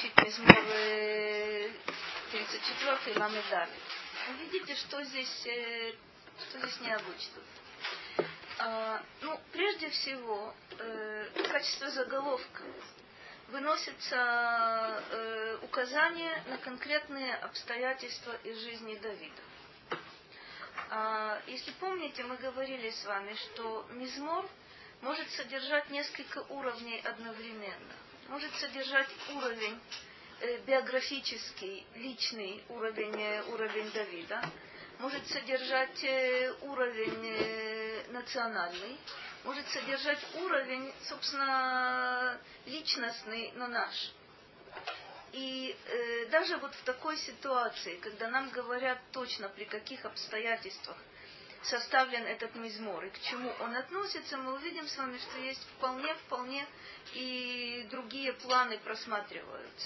учить мизмор 34-й Ламедаль. Вы видите, что здесь необычно. Прежде всего, в качестве заголовка выносится указание на конкретные обстоятельства из жизни Давида. Если помните, мы говорили с вами, что мизмор может содержать несколько уровней одновременно. Может содержать уровень биографический, личный уровень Давида. Может содержать уровень национальный. Может содержать уровень, собственно, личностный, но наш. И даже вот в такой ситуации, когда нам говорят точно, при каких обстоятельствах составлен этот мизмор и к чему он относится, мы увидим с вами, что есть вполне и другие планы просматриваются.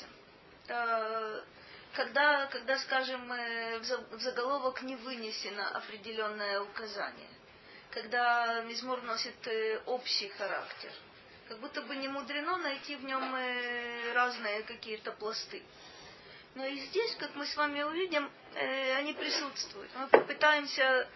Когда, скажем, в заголовок не вынесено определенное указание, когда мизмор носит общий характер, как будто бы не мудрено найти в нем разные какие-то пласты. Но и здесь, как мы с вами увидим, они присутствуют. Мы попытаемся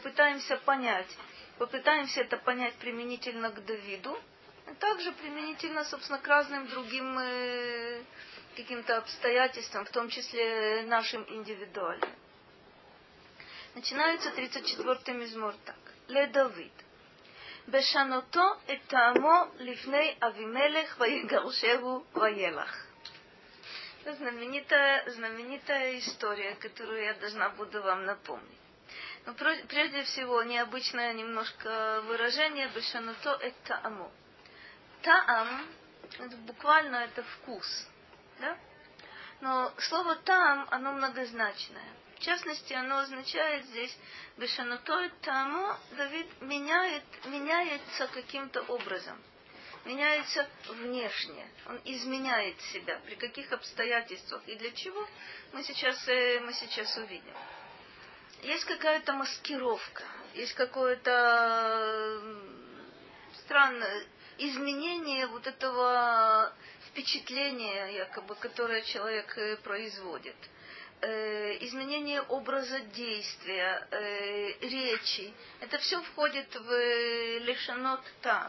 это понять применительно к Давиду, а также применительно, собственно, к разным другим каким-то обстоятельствам, в том числе нашим индивидуальным. Начинается 34-й мизмор так. Ле Давид. Бешаното эт таамо лифней Авимелех ваегаршеву ваелах. Это знаменитая история, которую я буду вам напомнить. Но прежде всего, необычное немножко выражение бешаното эт таамо. Таам, буквально это вкус. Да? Но слово таам, оно многозначное. В частности, оно означает здесь бешаното эт таамо, Давид меняется каким-то образом. Меняется внешне. Он изменяет себя. При каких обстоятельствах и для чего, мы сейчас увидим. Есть какая-то маскировка. Есть какое-то странное изменение вот этого впечатления, якобы, которое человек производит. Изменение образа действия, речи. Это все входит в лешанот там.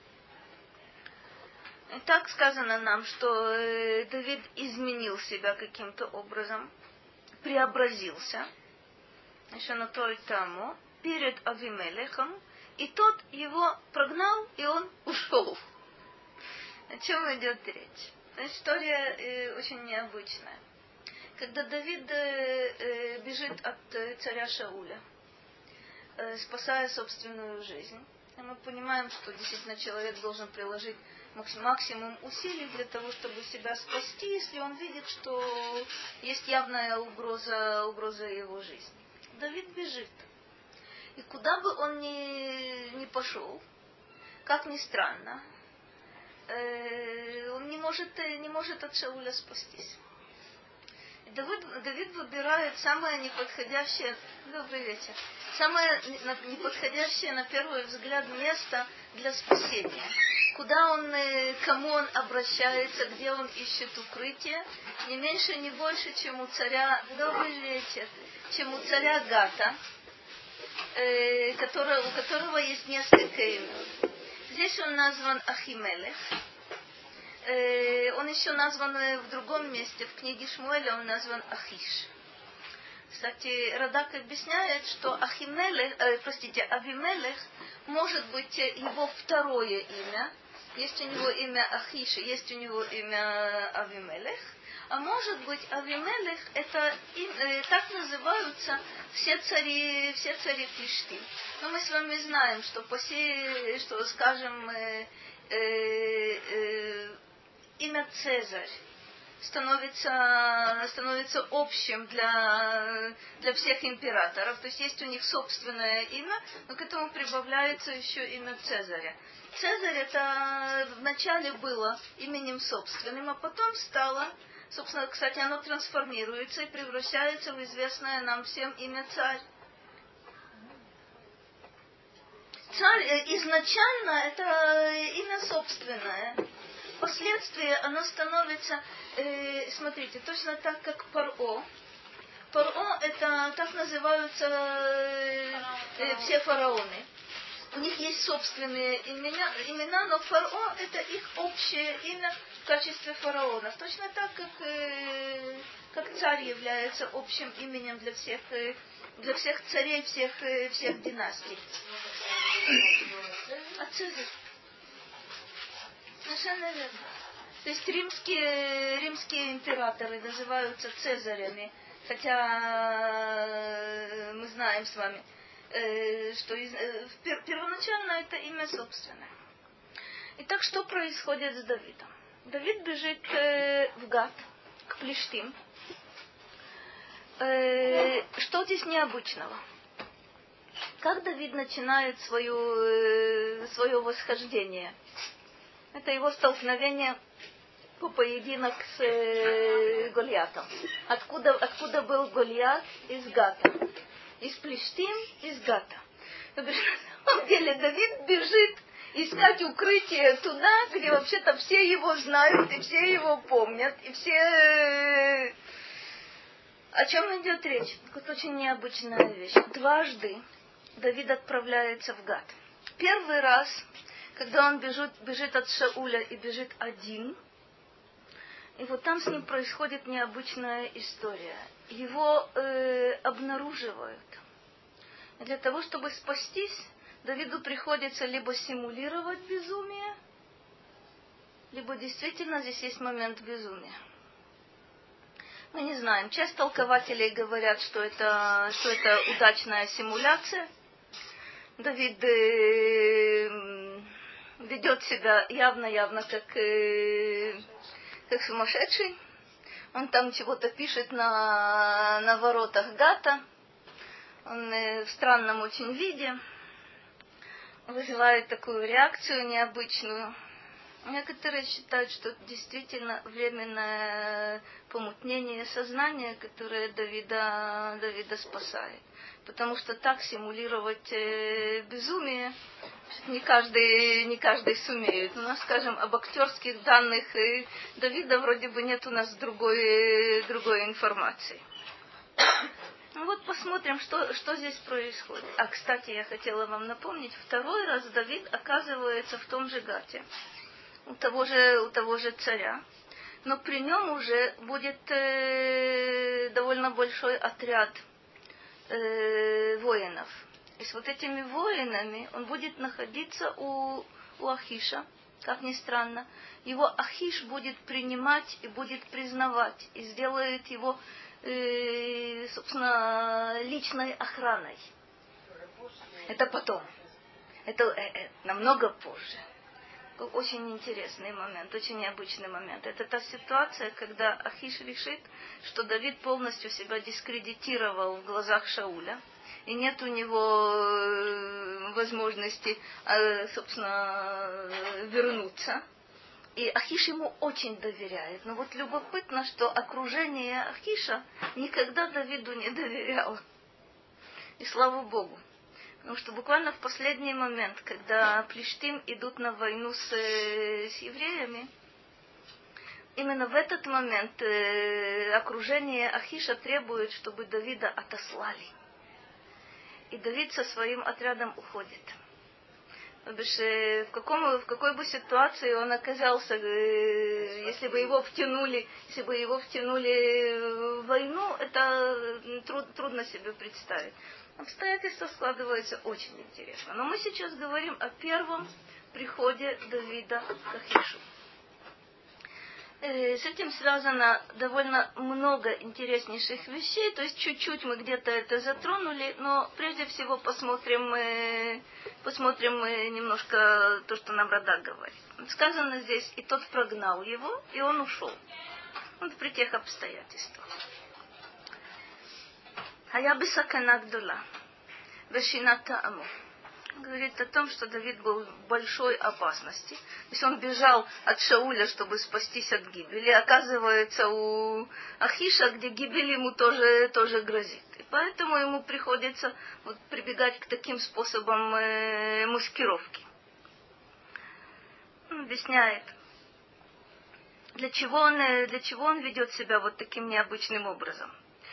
И так сказано нам, что Давид изменил себя каким-то образом, преобразился, лешанотой тому, перед Авимелехом, и тот его прогнал, и он ушел. О чем идет речь? История очень необычная. Когда Давид бежит от царя Шауля, спасая собственную жизнь, мы понимаем, что действительно человек должен приложить максимум усилий для того, чтобы себя спасти, если он видит, что есть явная угроза его жизни. Давид бежит. И куда бы он ни пошел, как ни странно, он не может от Шауля спастись. Давид выбирает самое неподходящее, самое неподходящее на первый взгляд место для спасения. Кому он обращается, где он ищет укрытие, не меньше, не больше, чем у царя Гата, у которого есть несколько имен. Здесь он назван Ахимелех. Он еще назван в другом месте, в книге Шмуэля он назван Ахиш. Кстати, Радак объясняет, что Авимелех может быть его второе имя. Есть у него имя Ахиш, есть у него имя Авимелех. А может быть, Авимелех, так называются все цари Плештим. Но мы с вами знаем, что имя Цезарь становится общим для всех императоров. То есть у них собственное имя, но к этому прибавляется еще имя Цезаря. Цезарь это вначале было именем собственным, а потом стало, собственно, кстати, оно трансформируется и превращается в известное нам всем имя царь. Царь изначально это имя собственное. впоследствии оно становится, смотрите, точно так, как Паро. Паро это так называются все фараоны. У них есть собственные имена, но Фараон это их общее имя в качестве фараонов. Точно так, как царь является общим именем для всех царей, всех династий. А Цезарь? Совершенно верно. То есть римские императоры называются Цезарями, хотя мы знаем с вами, что первоначально это имя собственное. Итак, что происходит с Давидом? Давид бежит в Гат, к Плештим. Что здесь необычного? Как Давид начинает свое восхождение? Это его столкновение по поединок с Голиатом. Откуда был Голиат? Из Гата. Из Плештим, из Гата. То бишь, на самом деле Давид бежит искать укрытие туда, где вообще-то все его знают, и все его помнят, и все... О чем идет речь? Это очень необычная вещь. Дважды Давид отправляется в Гат. Первый раз, когда он бежит от Шауля и бежит один, и вот там с ним происходит необычная история. Его обнаруживают. И для того, чтобы спастись, Давиду приходится либо симулировать безумие, либо действительно здесь есть момент безумия. Мы не знаем. Часть толкователей говорят, что это удачная симуляция. Давид ведет себя явно как сумасшедший. Он там чего-то пишет на воротах Гата. Он в странном очень виде. Вызывает такую реакцию необычную. Некоторые считают, что это действительно временное помутнение сознания, которое Давида спасает. Потому что так симулировать безумие не каждый сумеет. У нас, скажем, об актерских данных Давида вроде бы нет у нас другой информации. Ну вот посмотрим, что здесь происходит. А, кстати, я хотела вам напомнить, второй раз Давид оказывается в том же Гате, у того же царя, но при нем уже будет довольно большой отряд воинов. И с вот этими воинами он будет находиться у Ахиша, как ни странно. Его Ахиш будет принимать и будет признавать, и сделает его, собственно, личной охраной. Это потом. Это намного позже. Очень интересный момент, очень необычный момент. Это та ситуация, когда Ахиш решит, что Давид полностью себя дискредитировал в глазах Шауля, и нет у него возможности, собственно, вернуться. И Ахиш ему очень доверяет. Но вот любопытно, что окружение Ахиша никогда Давиду не доверяло. И слава Богу. Потому что буквально в последний момент, когда Плештим идут на войну с евреями, именно в этот момент окружение Ахиша требует, чтобы Давида отослали. И Давид со своим отрядом уходит. Потому что в какой бы ситуации он оказался, если бы его втянули в войну, это трудно себе представить. Обстоятельства складываются очень интересно. Но мы сейчас говорим о первом приходе Давида к Ахишу. С этим связано довольно много интереснейших вещей, то есть чуть-чуть мы где-то это затронули, но прежде всего посмотрим немножко то, что нам Радак говорит. Сказано здесь, и тот прогнал его, и он ушел. Вот при тех обстоятельствах. Хая бисакана гдула, вешината аму. Говорит о том, что Давид был в большой опасности. То есть он бежал от Шауля, чтобы спастись от гибели. Оказывается, у Ахиша, где гибель ему тоже грозит. И поэтому ему приходится прибегать к таким способам маскировки. Он объясняет, Для чего он ведет себя вот таким необычным образом?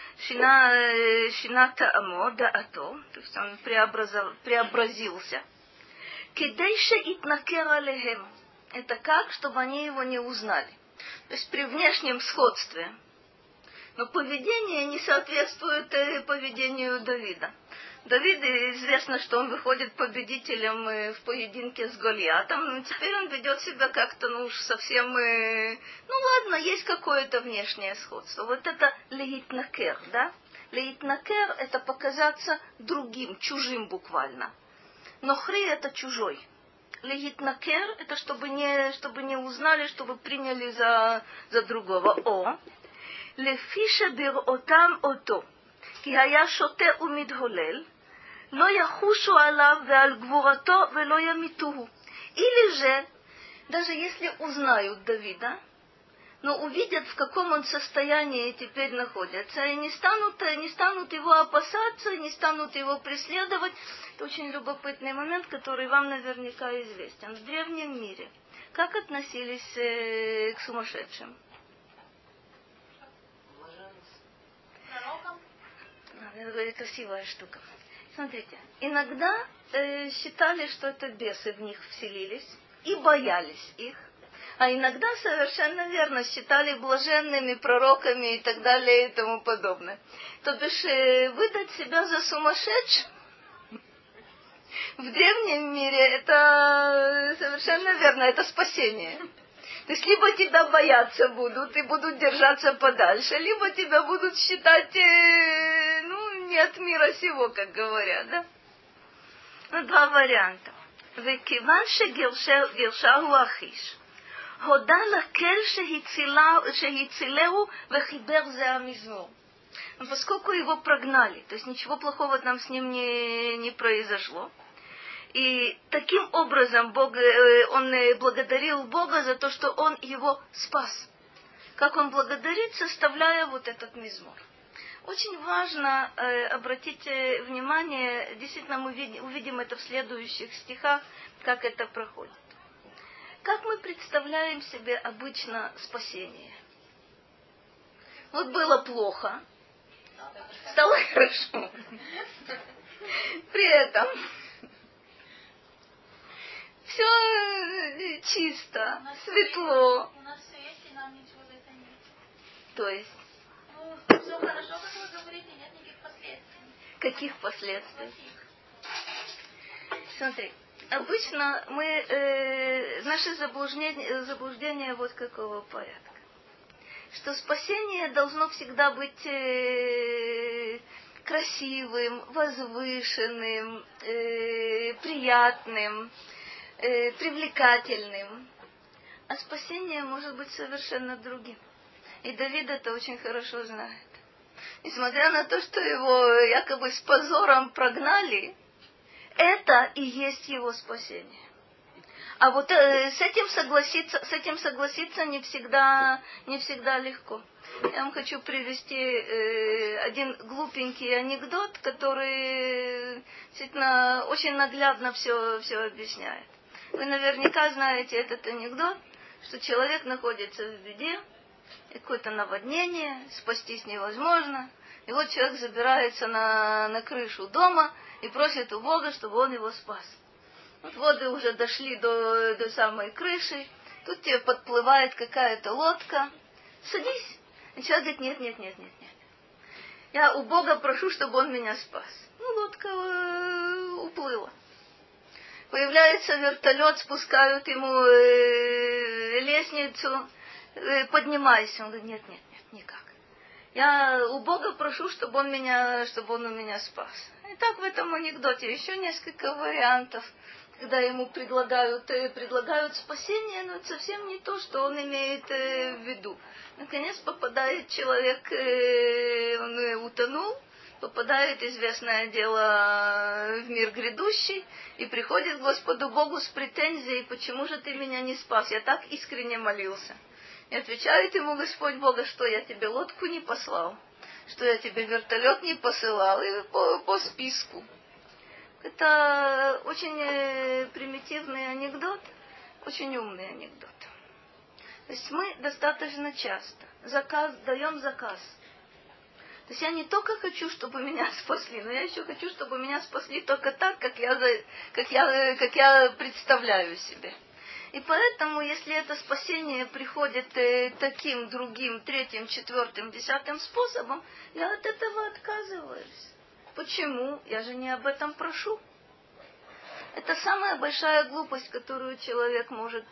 Шината амо да ато, то есть он преобразился. Кедейше итнакер алехем. Это как, чтобы они его не узнали. То есть при внешнем сходстве. Но поведение не соответствует поведению Давида. Давид, известно, что он выходит победителем в поединке с Голиатом, но теперь он ведет себя как-то, уж совсем, ладно, есть какое-то внешнее сходство. Вот это леитнакер, да? Леитнакер – это показаться другим, чужим буквально. Но хри – это чужой. Леитнакер – это чтобы не узнали, чтобы приняли за другого. О, лефиша биротам ото, ки хая шоте умидхолел, לא יחושו עליו ועל גבורתו ולא ימיתוהו. Или же, даже если узнают Давида, но увидят, в каком он состоянии теперь находится, и не станут его опасаться, не станут его преследовать. Это очень любопытный момент, который вам наверняка известен. В древнем мире как относились к сумасшедшим? Это красивая штука. Смотрите, иногда считали, что это бесы в них вселились и боялись их, а иногда совершенно верно считали блаженными пророками и так далее и тому подобное. То бишь выдать себя за сумасшедшего в древнем мире это совершенно верно, это спасение. То есть либо тебя бояться будут и будут держаться подальше, либо тебя будут считать, не от мира сего, как говорят, да? Два варианта. וכיוון שגירשהו אחיש, הודה לקל שהצילהו וחיבר זה המזמור. Поскольку его прогнали, то есть ничего плохого там с ним не произошло. И таким образом он благодарил Бога за то, что он его спас. Как он благодарит, составляя вот этот мизмор. Очень важно обратить внимание, действительно мы увидим это в следующих стихах, как это проходит. Как мы представляем себе обычно спасение? Вот было плохо, стало хорошо. При этом все чисто, светло. У нас все есть, и нам ничего за это нет. То есть? Все хорошо, как вы говорите, нет никаких последствий. Каких последствий? Смотри, обычно наши заблуждения вот какого порядка. Что спасение должно всегда быть красивым, возвышенным, приятным, привлекательным. А спасение может быть совершенно другим. И Давид это очень хорошо знает. Несмотря на то, что его якобы с позором прогнали, это и есть его спасение. А вот с этим согласиться не всегда легко. Я вам хочу привести один глупенький анекдот, который действительно очень наглядно все объясняет. Вы наверняка знаете этот анекдот, что человек находится в беде, какое-то наводнение, спастись невозможно. И вот человек забирается на крышу дома и просит у Бога, чтобы он его спас. Вот воды уже дошли до самой крыши, тут тебе подплывает какая-то лодка. Садись. И человек говорит, нет. Я у Бога прошу, чтобы он меня спас. Лодка уплыла. Появляется вертолет, спускают ему лестницу, поднимайся. Он говорит, нет, никак. Я у Бога прошу, чтобы он меня спас. И так в этом анекдоте еще несколько вариантов, когда ему предлагают спасение, но это совсем не то, что он имеет в виду. Наконец попадает человек, он утонул, попадает, известное дело, в мир грядущий, и приходит к Господу Богу с претензией, почему же ты меня не спас? Я так искренне молился. И отвечает ему Господь Бога, что я тебе лодку не послал, что я тебе вертолет не посылал, и по списку. Это очень примитивный анекдот, очень умный анекдот. есть мы достаточно часто даем заказ. То есть я не только хочу, чтобы меня спасли, но я еще хочу, чтобы меня спасли только так, как я представляю себе. И поэтому, если это спасение приходит таким, другим, третьим, четвертым, десятым способом, я от этого отказываюсь. Почему? Я же не об этом прошу. Это самая большая глупость, которую человек может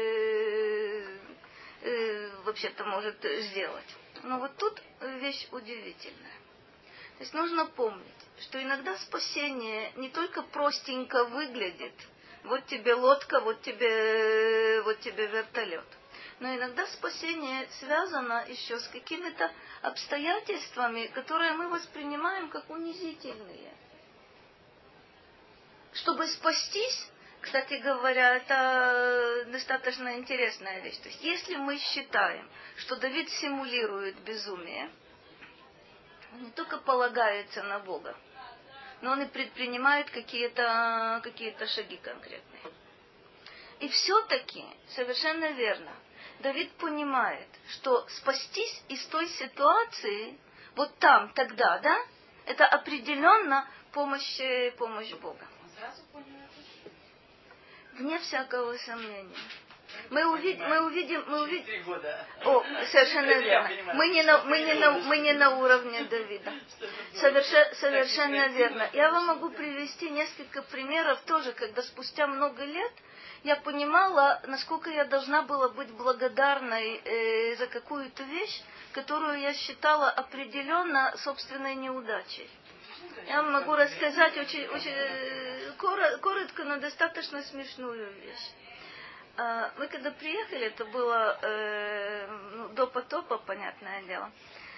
вообще-то может сделать. Но вот тут вещь удивительная. То есть нужно помнить, что иногда спасение не только простенько выглядит, вот тебе лодка, вот тебе вертолет. Но иногда спасение связано еще с какими-то обстоятельствами, которые мы воспринимаем как унизительные. Чтобы спастись, кстати говоря, это достаточно интересная вещь. То есть, если мы считаем, что Давид симулирует безумие, он не только полагается на Бога, но он и предпринимает какие-то шаги конкретные. И все-таки, совершенно верно, Давид понимает, что спастись из той ситуации, вот там, тогда, да, это определенно помощь Бога. Вне всякого сомнения. Мы увидим. О, совершенно верно. Мы не на уровне Давида. Совершенно верно. Я вам могу привести несколько примеров тоже, когда спустя много лет я понимала, насколько я должна была быть благодарной за какую-то вещь, которую я считала определенно собственной неудачей. Я вам могу рассказать очень коротко, но достаточно смешную вещь. Мы когда приехали, это было до потопа, понятное дело,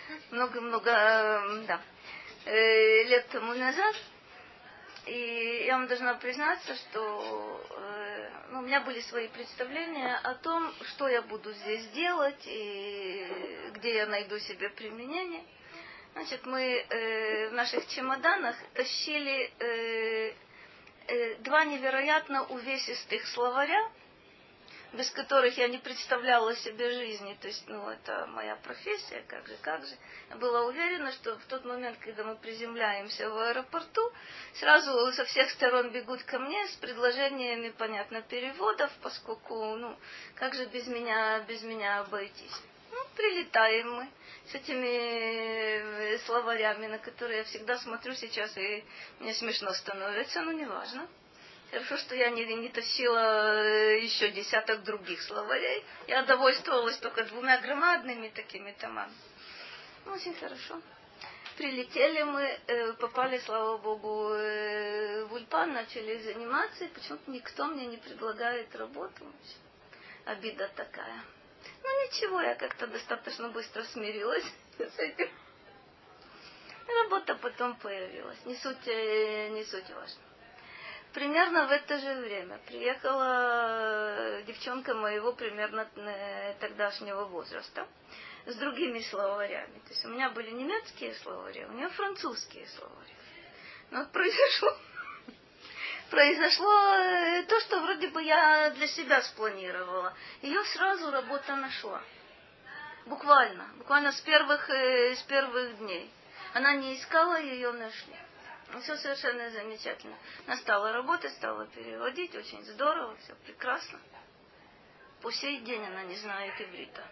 много лет тому назад. И я вам должна признаться, что у меня были свои представления о том, что я буду здесь делать и где я найду себе применение. Значит, мы в наших чемоданах тащили два невероятно увесистых словаря, без которых я не представляла себе жизни. То есть, это моя профессия, как же. Я была уверена, что в тот момент, когда мы приземляемся в аэропорту, сразу со всех сторон бегут ко мне с предложениями, понятно, переводов, поскольку, как же без меня обойтись. Прилетаем мы с этими словарями, на которые я всегда смотрю сейчас, и мне смешно становится, но неважно. Хорошо, что я не тащила еще десяток других словарей. Я довольствовалась только двумя громадными такими томами. Очень хорошо. Прилетели мы, попали, слава богу, в Ульпан, начали заниматься, и почему-то никто мне не предлагает работу. Обида такая. Ничего, я как-то достаточно быстро смирилась с этим. Работа потом появилась. Не суть важно. Примерно в это же время приехала девчонка моего примерно тогдашнего возраста с другими словарями. То есть у меня были немецкие словари, у нее французские словари. Но произошло то, что вроде бы я для себя спланировала. Ее сразу работа нашла. Буквально с первых дней. Она не искала, ее нашли. Все совершенно замечательно. Она стала работать, стала переводить, очень здорово, все прекрасно. По сей день она не знает иврита.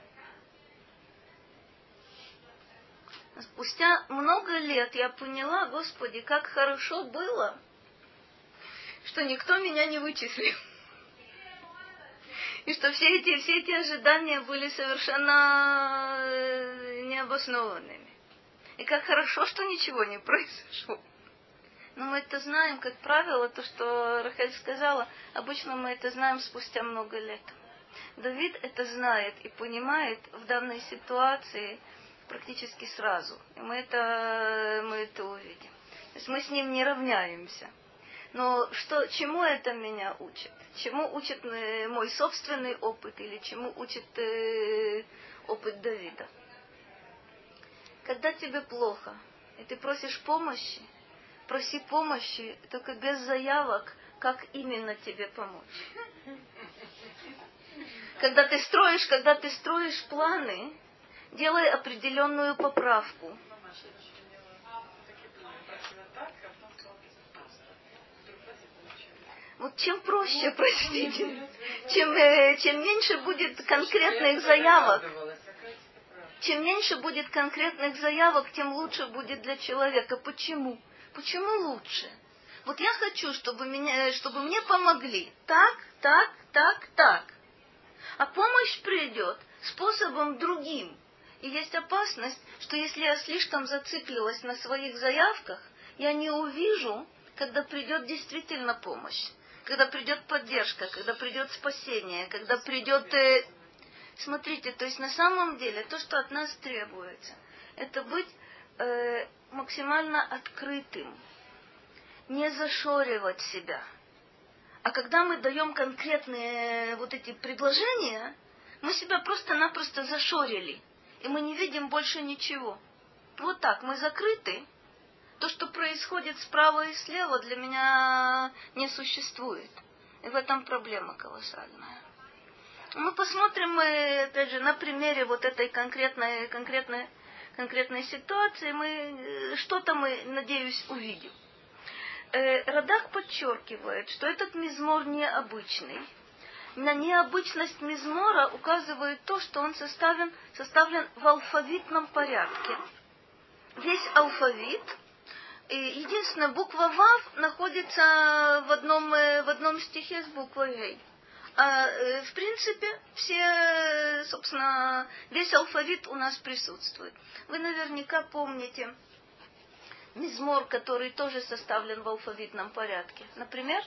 Спустя много лет я поняла, Господи, как хорошо было, что никто меня не вычислил. И что все эти ожидания были совершенно необоснованными. И как хорошо, что ничего не произошло. Но мы это знаем, как правило, то, что Рахель сказала, обычно мы это знаем спустя много лет. Давид это знает и понимает в данной ситуации практически сразу. И мы это увидим. То есть мы с ним не равняемся. Но чему это меня учит? Чему учит мой собственный опыт или чему учит опыт Давида? Когда тебе плохо, и ты просишь помощи, проси помощи, только без заявок, как именно тебе помочь. Когда ты строишь планы, делай определенную поправку. Вот чем проще, простите, чем меньше будет конкретных заявок, тем лучше будет для человека. Почему? Почему лучше? Вот я хочу, чтобы мне помогли так. А помощь придет способом другим. И есть опасность, что если я слишком зациклилась на своих заявках, я не увижу, когда придет действительно помощь, когда придет поддержка, когда придет спасение, когда придет... Смотрите, то есть на самом деле то, что от нас требуется, это быть максимально открытым, не зашоривать себя. А когда мы даем конкретные вот эти предложения, мы себя просто-напросто зашорили, и мы не видим больше ничего. Вот так, мы закрыты. То, что происходит справа и слева, для меня не существует. И в этом проблема колоссальная. Мы посмотрим, опять же, на примере вот этой конкретной ситуации, что-то мы, надеюсь, увидим. Радак подчеркивает, что этот мизмор необычный. На необычность мизмора указывает то, что он составлен в алфавитном порядке. Весь алфавит, единственная буква Вав находится в одном стихе с буквой Гей. А в принципе, весь алфавит у нас присутствует. Вы наверняка помните мизмор, который тоже составлен в алфавитном порядке. Например?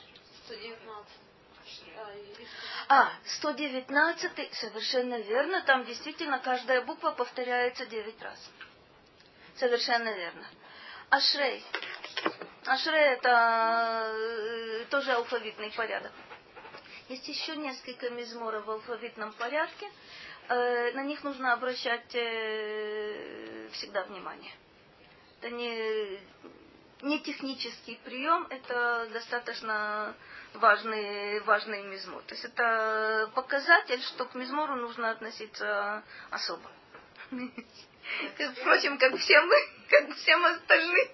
119, совершенно верно. Там действительно каждая буква повторяется 9 раз. Совершенно верно. Ашрей. Ашрей это тоже алфавитный порядок. Есть еще несколько мизморов в алфавитном порядке. На них нужно обращать всегда внимание. Это не технический прием, это достаточно важный мизмор. То есть это показатель, что к мизмору нужно относиться особо. Впрочем, как всем остальным.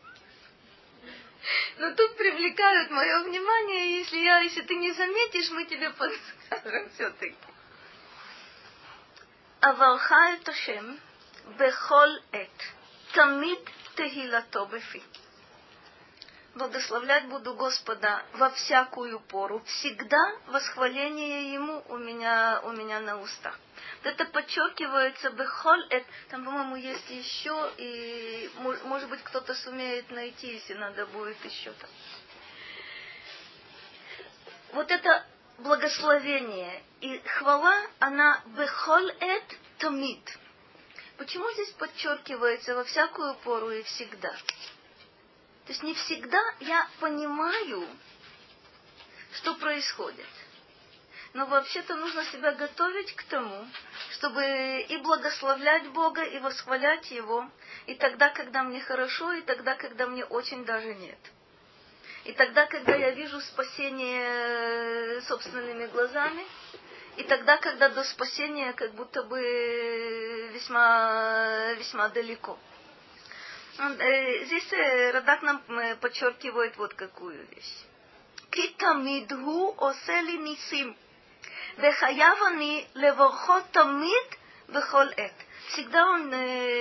Но тут привлекают мое внимание, если ты не заметишь, мы тебе подскажем все-таки. Аварха эт Ашем бехол эт тамид техилато бефи. Благословлять буду Господа во всякую пору. Всегда восхваление Ему у меня на устах. Вот это подчеркивается бехол эт. Там, по-моему, есть еще, и может быть кто-то сумеет найти, если надо будет еще там. Вот это благословение и хвала, она бехол эт тамид. Почему здесь подчеркивается во всякую пору и всегда? То есть не всегда я понимаю, что происходит. Но вообще-то нужно себя готовить к тому, чтобы и благословлять Бога, и восхвалять Его, и тогда, когда мне хорошо, и тогда, когда мне очень даже нет. И тогда, когда я вижу спасение собственными глазами, и тогда, когда до спасения как будто бы весьма далеко. Здесь Радак нам подчеркивает вот какую вещь. Ки тамидху осели нисим, вехаявани леворхот тамид бехол эт. Всегда он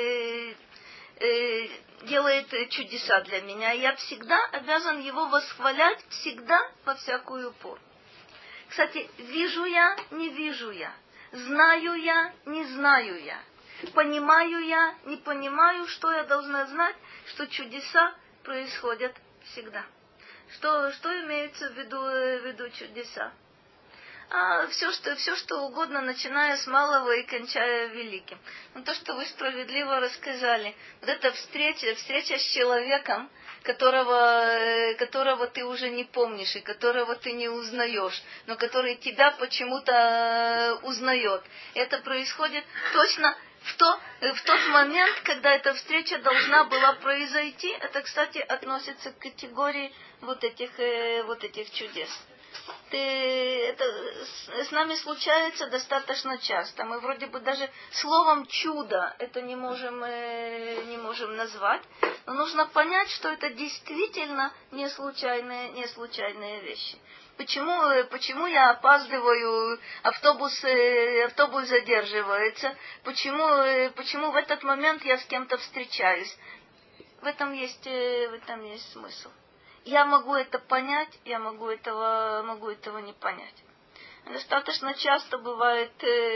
делает чудеса для меня. Я всегда обязан его восхвалять, всегда во всякую пору. Кстати, вижу я, не вижу я. Знаю я, не знаю я. Понимаю я, не понимаю, что я должна знать, что чудеса происходят всегда. Что имеется в виду чудеса? Все, что угодно, начиная с малого и кончая великим. Но то, что вы справедливо рассказали, вот эта встреча с человеком, которого ты уже не помнишь и которого ты не узнаешь, но который тебя почему-то узнает. Это происходит точно в тот момент, когда эта встреча должна была произойти. Это, кстати, относится к категории вот этих чудес. Это с нами случается достаточно часто. Мы вроде бы даже словом чудо это не можем назвать. Но нужно понять, что это действительно не случайные вещи. Почему я опаздываю, автобус задерживается, почему в этот момент я с кем-то встречаюсь. В этом есть смысл. Я могу это понять, я могу этого не понять. Достаточно часто бывает,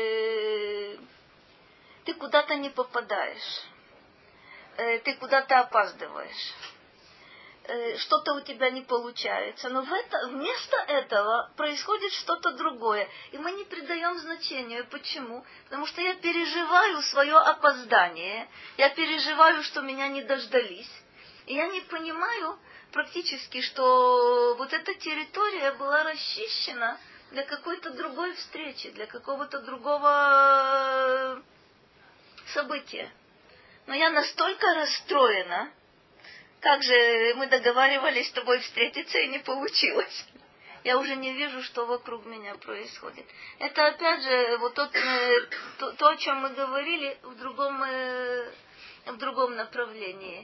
ты куда-то не попадаешь, ты куда-то опаздываешь, что-то у тебя не получается, но вместо этого происходит что-то другое, и мы не придаем значению. Почему? Потому что я переживаю свое опоздание, я переживаю, что меня не дождались, и я не понимаю практически, что вот эта территория была расчищена для какой-то другой встречи, для какого-то другого события. Но я настолько расстроена, как же мы договаривались с тобой встретиться и не получилось. Я уже не вижу, что вокруг меня происходит. Это опять же вот то, о чем мы говорили в другом направлении.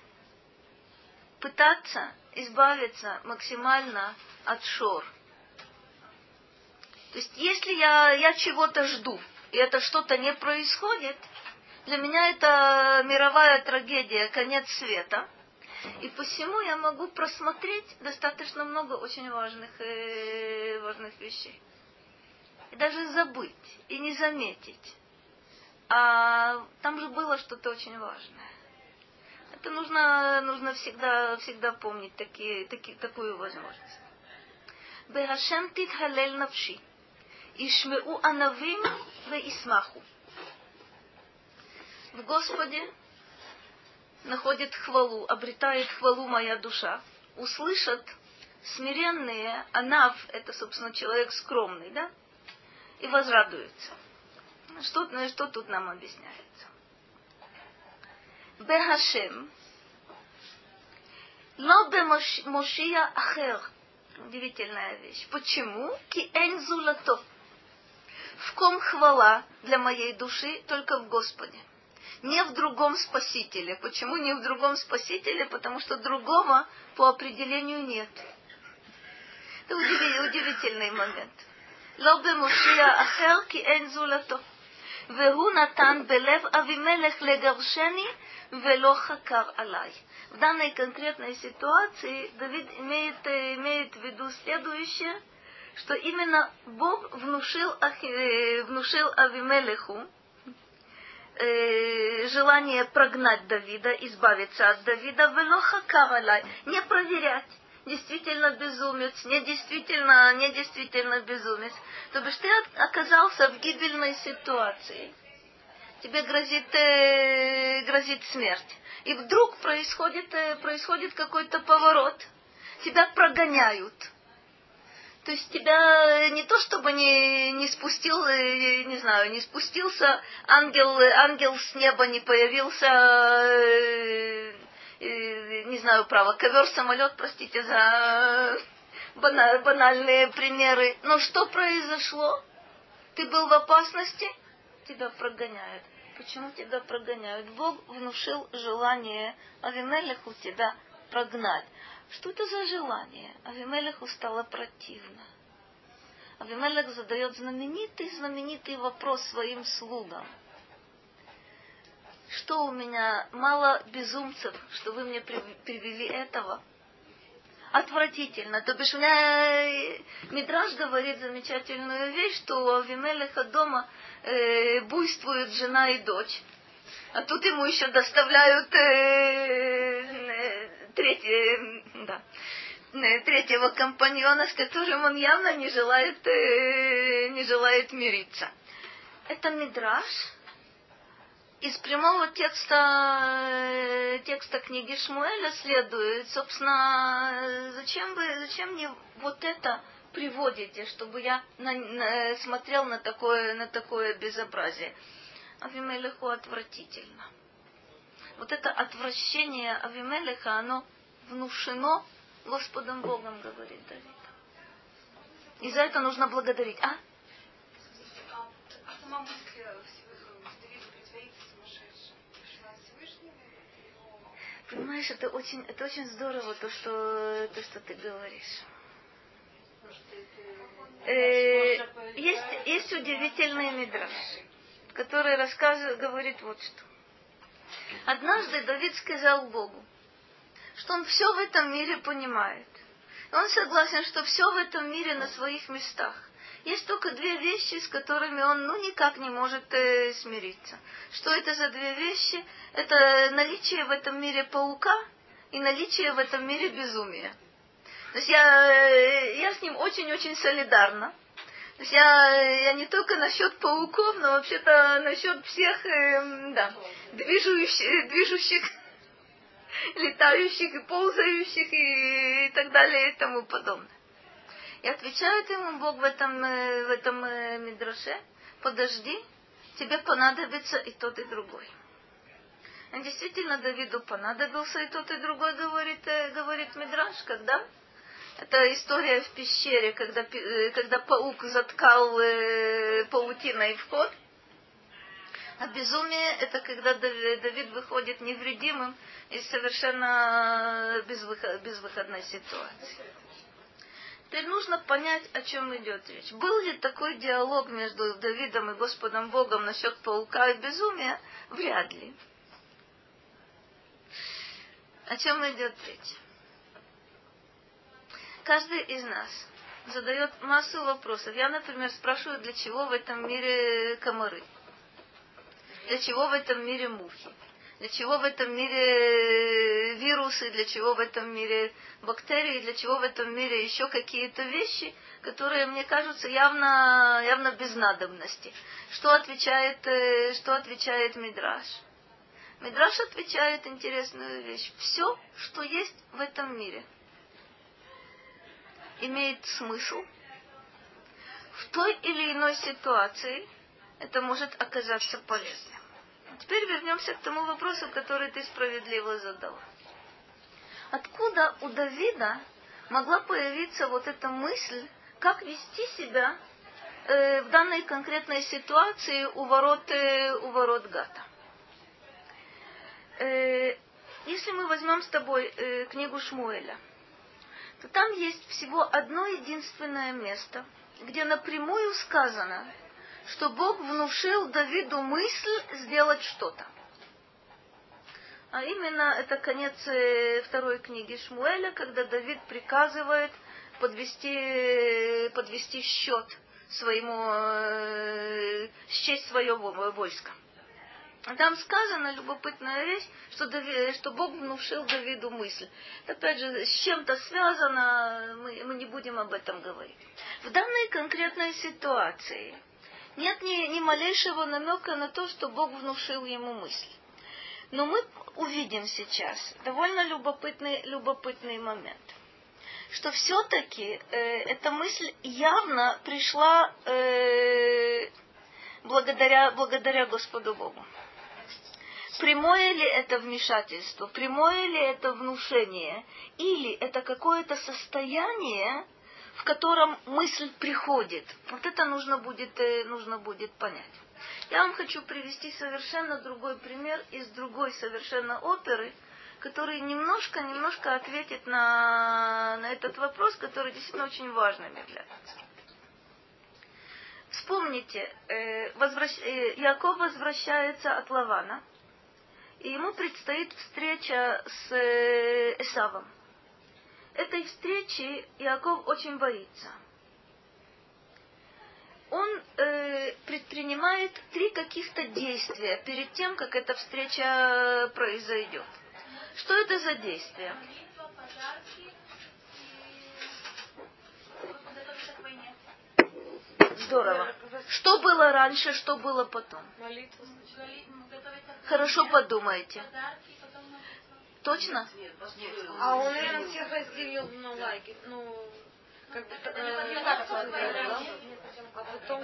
Пытаться избавиться максимально от шор. То есть, если я чего-то жду, и это что-то не происходит, для меня это мировая трагедия, конец света. И посему я могу просмотреть достаточно много очень важных вещей. И даже забыть, и не заметить. А там же было что-то очень важное. Это нужно всегда помнить такую возможность. Бехашем титхалель навши. Ишмеу анавим веисмаху. В Господе находит хвалу, обретает хвалу моя душа. Услышат смиренные, анав, это, собственно, человек скромный, да? И возрадуются. Что тут нам объясняется? Бехашем, но бемошия ахер. Удивительная вещь. Почему? Ки эн зулато. В ком хвала для моей души? Только в Господе. Не в другом Спасителе. Почему не в другом Спасителе? Потому что другого по определению нет. Это удивительный момент. Ло бемошия ахер ки эн зулато. והוא נתן בלב אבימלך לגרשני ולא חקר עליי. В данной конкретной ситуации Давид имеет в виду следующее, что именно Бог внушил Авимелеху желание прогнать Давида, избавиться от Давида, вело хакар алай, не проверять, действительно безумец, не действительно безумец. То бишь ты оказался в гибельной ситуации. Тебе грозит смерть. И вдруг происходит какой-то поворот. Тебя прогоняют. То есть тебя не то чтобы не спустился ангел с неба, не появился, не знаю, ковер, самолет, простите за банальные примеры. Но что произошло? Ты был в опасности, тебя прогоняют. Почему тебя прогоняют? Бог внушил желание Авимелеху тебя прогнать. Что это за желание? Авимелеху стало противно. Авимелех задает знаменитый вопрос своим слугам. Что у меня мало безумцев, что вы мне привели этого? Отвратительно. То бишь у меня Мидраш говорит замечательную вещь, что у Авимелеха дома буйствуют жена и дочь. А тут ему еще доставляют третьего компаньона, с которым он явно не желает мириться. Это Мидраш. Из прямого текста книги Шмуэля следует, собственно, зачем мне вот это приводите, чтобы я смотрел на такое безобразие. Авимелеху отвратительно. Вот это отвращение Авимелеха, оно внушено Господом Богом, говорит Давид. И за это нужно благодарить. А сама мысль Давида притвориться сумасшедшим пришла от Всевышнего или его... понимаешь, это очень здорово, то, что ты говоришь. Есть удивительный мидраш, который говорит вот что. Однажды Давид сказал Богу, что он все в этом мире понимает. Он согласен, что все в этом мире на своих местах. Есть только две вещи, с которыми он никак не может смириться. Что это за две вещи? Это наличие в этом мире паука и наличие в этом мире безумия. То есть я с ним очень-очень солидарна. То есть я не только насчет пауков, но вообще-то насчет всех движущих, летающих и ползающих и так далее и тому подобное. И отвечает ему Бог в этом мидраше: подожди, тебе понадобится и тот, и другой. И действительно, Давиду понадобился и тот, и другой, говорит мидраш, когда? Это история в пещере, когда паук заткал паутиной вход. А безумие — это когда Давид выходит невредимым из совершенно безвыходной ситуации. Теперь нужно понять, о чем идет речь. Был ли такой диалог между Давидом и Господом Богом насчет паука и безумия? Вряд ли. О чем идет речь? Каждый из нас задает массу вопросов. Я, например, спрашиваю, для чего в этом мире комары? Для чего в этом мире мухи? Для чего в этом мире вирусы? Для чего в этом мире бактерии? Для чего в этом мире еще какие-то вещи, которые мне кажутся явно без надобности? Что отвечает Мидраш? Мидраш отвечает интересную вещь. Все, что есть в этом мире, имеет смысл. В той или иной ситуации это может оказаться полезным. Теперь вернемся к тому вопросу, который ты справедливо задала. Откуда у Давида могла появиться вот эта мысль, как вести себя в данной конкретной ситуации у ворот Гата? Если мы возьмем с тобой книгу Шмуэля, то там есть всего одно единственное место, где напрямую сказано, что Бог внушил Давиду мысль сделать что-то. А именно, это конец второй книги Шмуэля, когда Давид приказывает подвести счет счесть свое войско. Там сказана любопытная вещь, что Бог внушил Давиду мысль. Опять же, с чем-то связано, мы не будем об этом говорить. В данной конкретной ситуации нет ни малейшего намека на то, что Бог внушил ему мысль. Но мы увидим сейчас довольно любопытный момент, что все-таки эта мысль явно пришла благодаря Господу Богу. Прямое ли это вмешательство, прямое ли это внушение, или это какое-то состояние, в котором мысль приходит. Вот это нужно будет понять. Я вам хочу привести совершенно другой пример из другой совершенно оперы, который немножко ответит на этот вопрос, который действительно очень важным является. Вспомните, Яков возвращается от Лавана, и ему предстоит встреча с Эсавом. Этой встречи Яков очень боится. Он предпринимает 3 каких-то действия перед тем, как эта встреча произойдет. Что это за действия? Молитва, подарки и подготовиться к войне. Здорово. Что было раньше, что было потом? Молитва. Хорошо подумайте. Подарки, потом молитва. Точно? А он, наверное, всех разделил на лагерь. Ну, как бы так да? А потом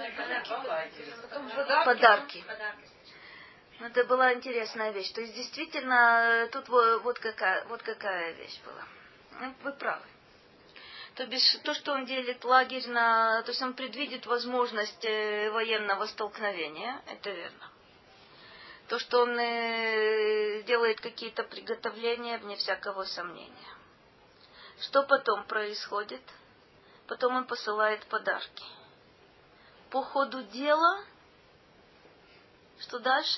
подарки. Это была интересная вещь. То есть, действительно, тут вот какая вещь была. Вы правы. То бишь, то, что он делит лагерь на... То есть он предвидит возможность военного столкновения, это верно. То, что он делает какие-то приготовления, вне всякого сомнения. Что потом происходит? Потом он посылает подарки. По ходу дела, что дальше?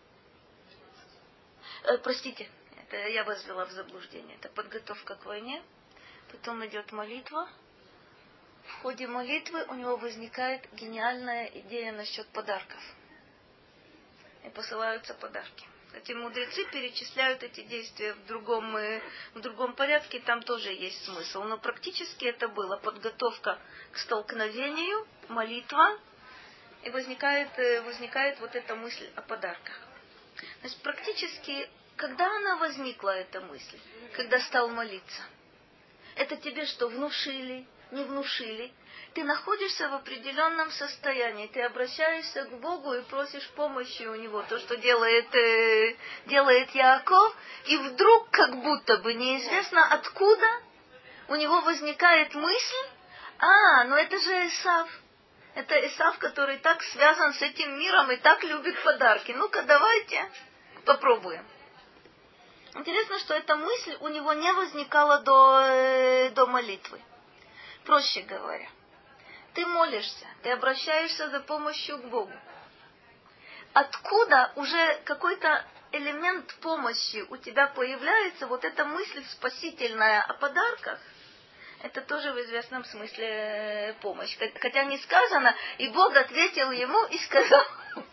Простите, это я вас ввела в заблуждение. Это подготовка к войне. Потом идет молитва. В ходе молитвы у него возникает гениальная идея насчет подарков. И посылаются подарки. Эти мудрецы перечисляют эти действия в другом порядке, там тоже есть смысл. Но практически это было подготовка к столкновению, молитва, и возникает вот эта мысль о подарках. Значит, практически, когда она возникла, эта мысль? Когда стал молиться. Это тебе что, внушили, не внушили? Ты находишься в определенном состоянии, ты обращаешься к Богу и просишь помощи у Него, то, что делает Яаков, и вдруг, как будто бы неизвестно откуда, у него возникает мысль, ну это же Эсав. Это Эсав, который так связан с этим миром и так любит подарки. Ну-ка, давайте попробуем. Интересно, что эта мысль у него не возникала до молитвы. Проще говоря, ты молишься, ты обращаешься за помощью к Богу. Откуда уже какой-то элемент помощи у тебя появляется, вот эта мысль спасительная о подарках, это тоже в известном смысле помощь. Хотя не сказано, и Бог ответил ему и сказал.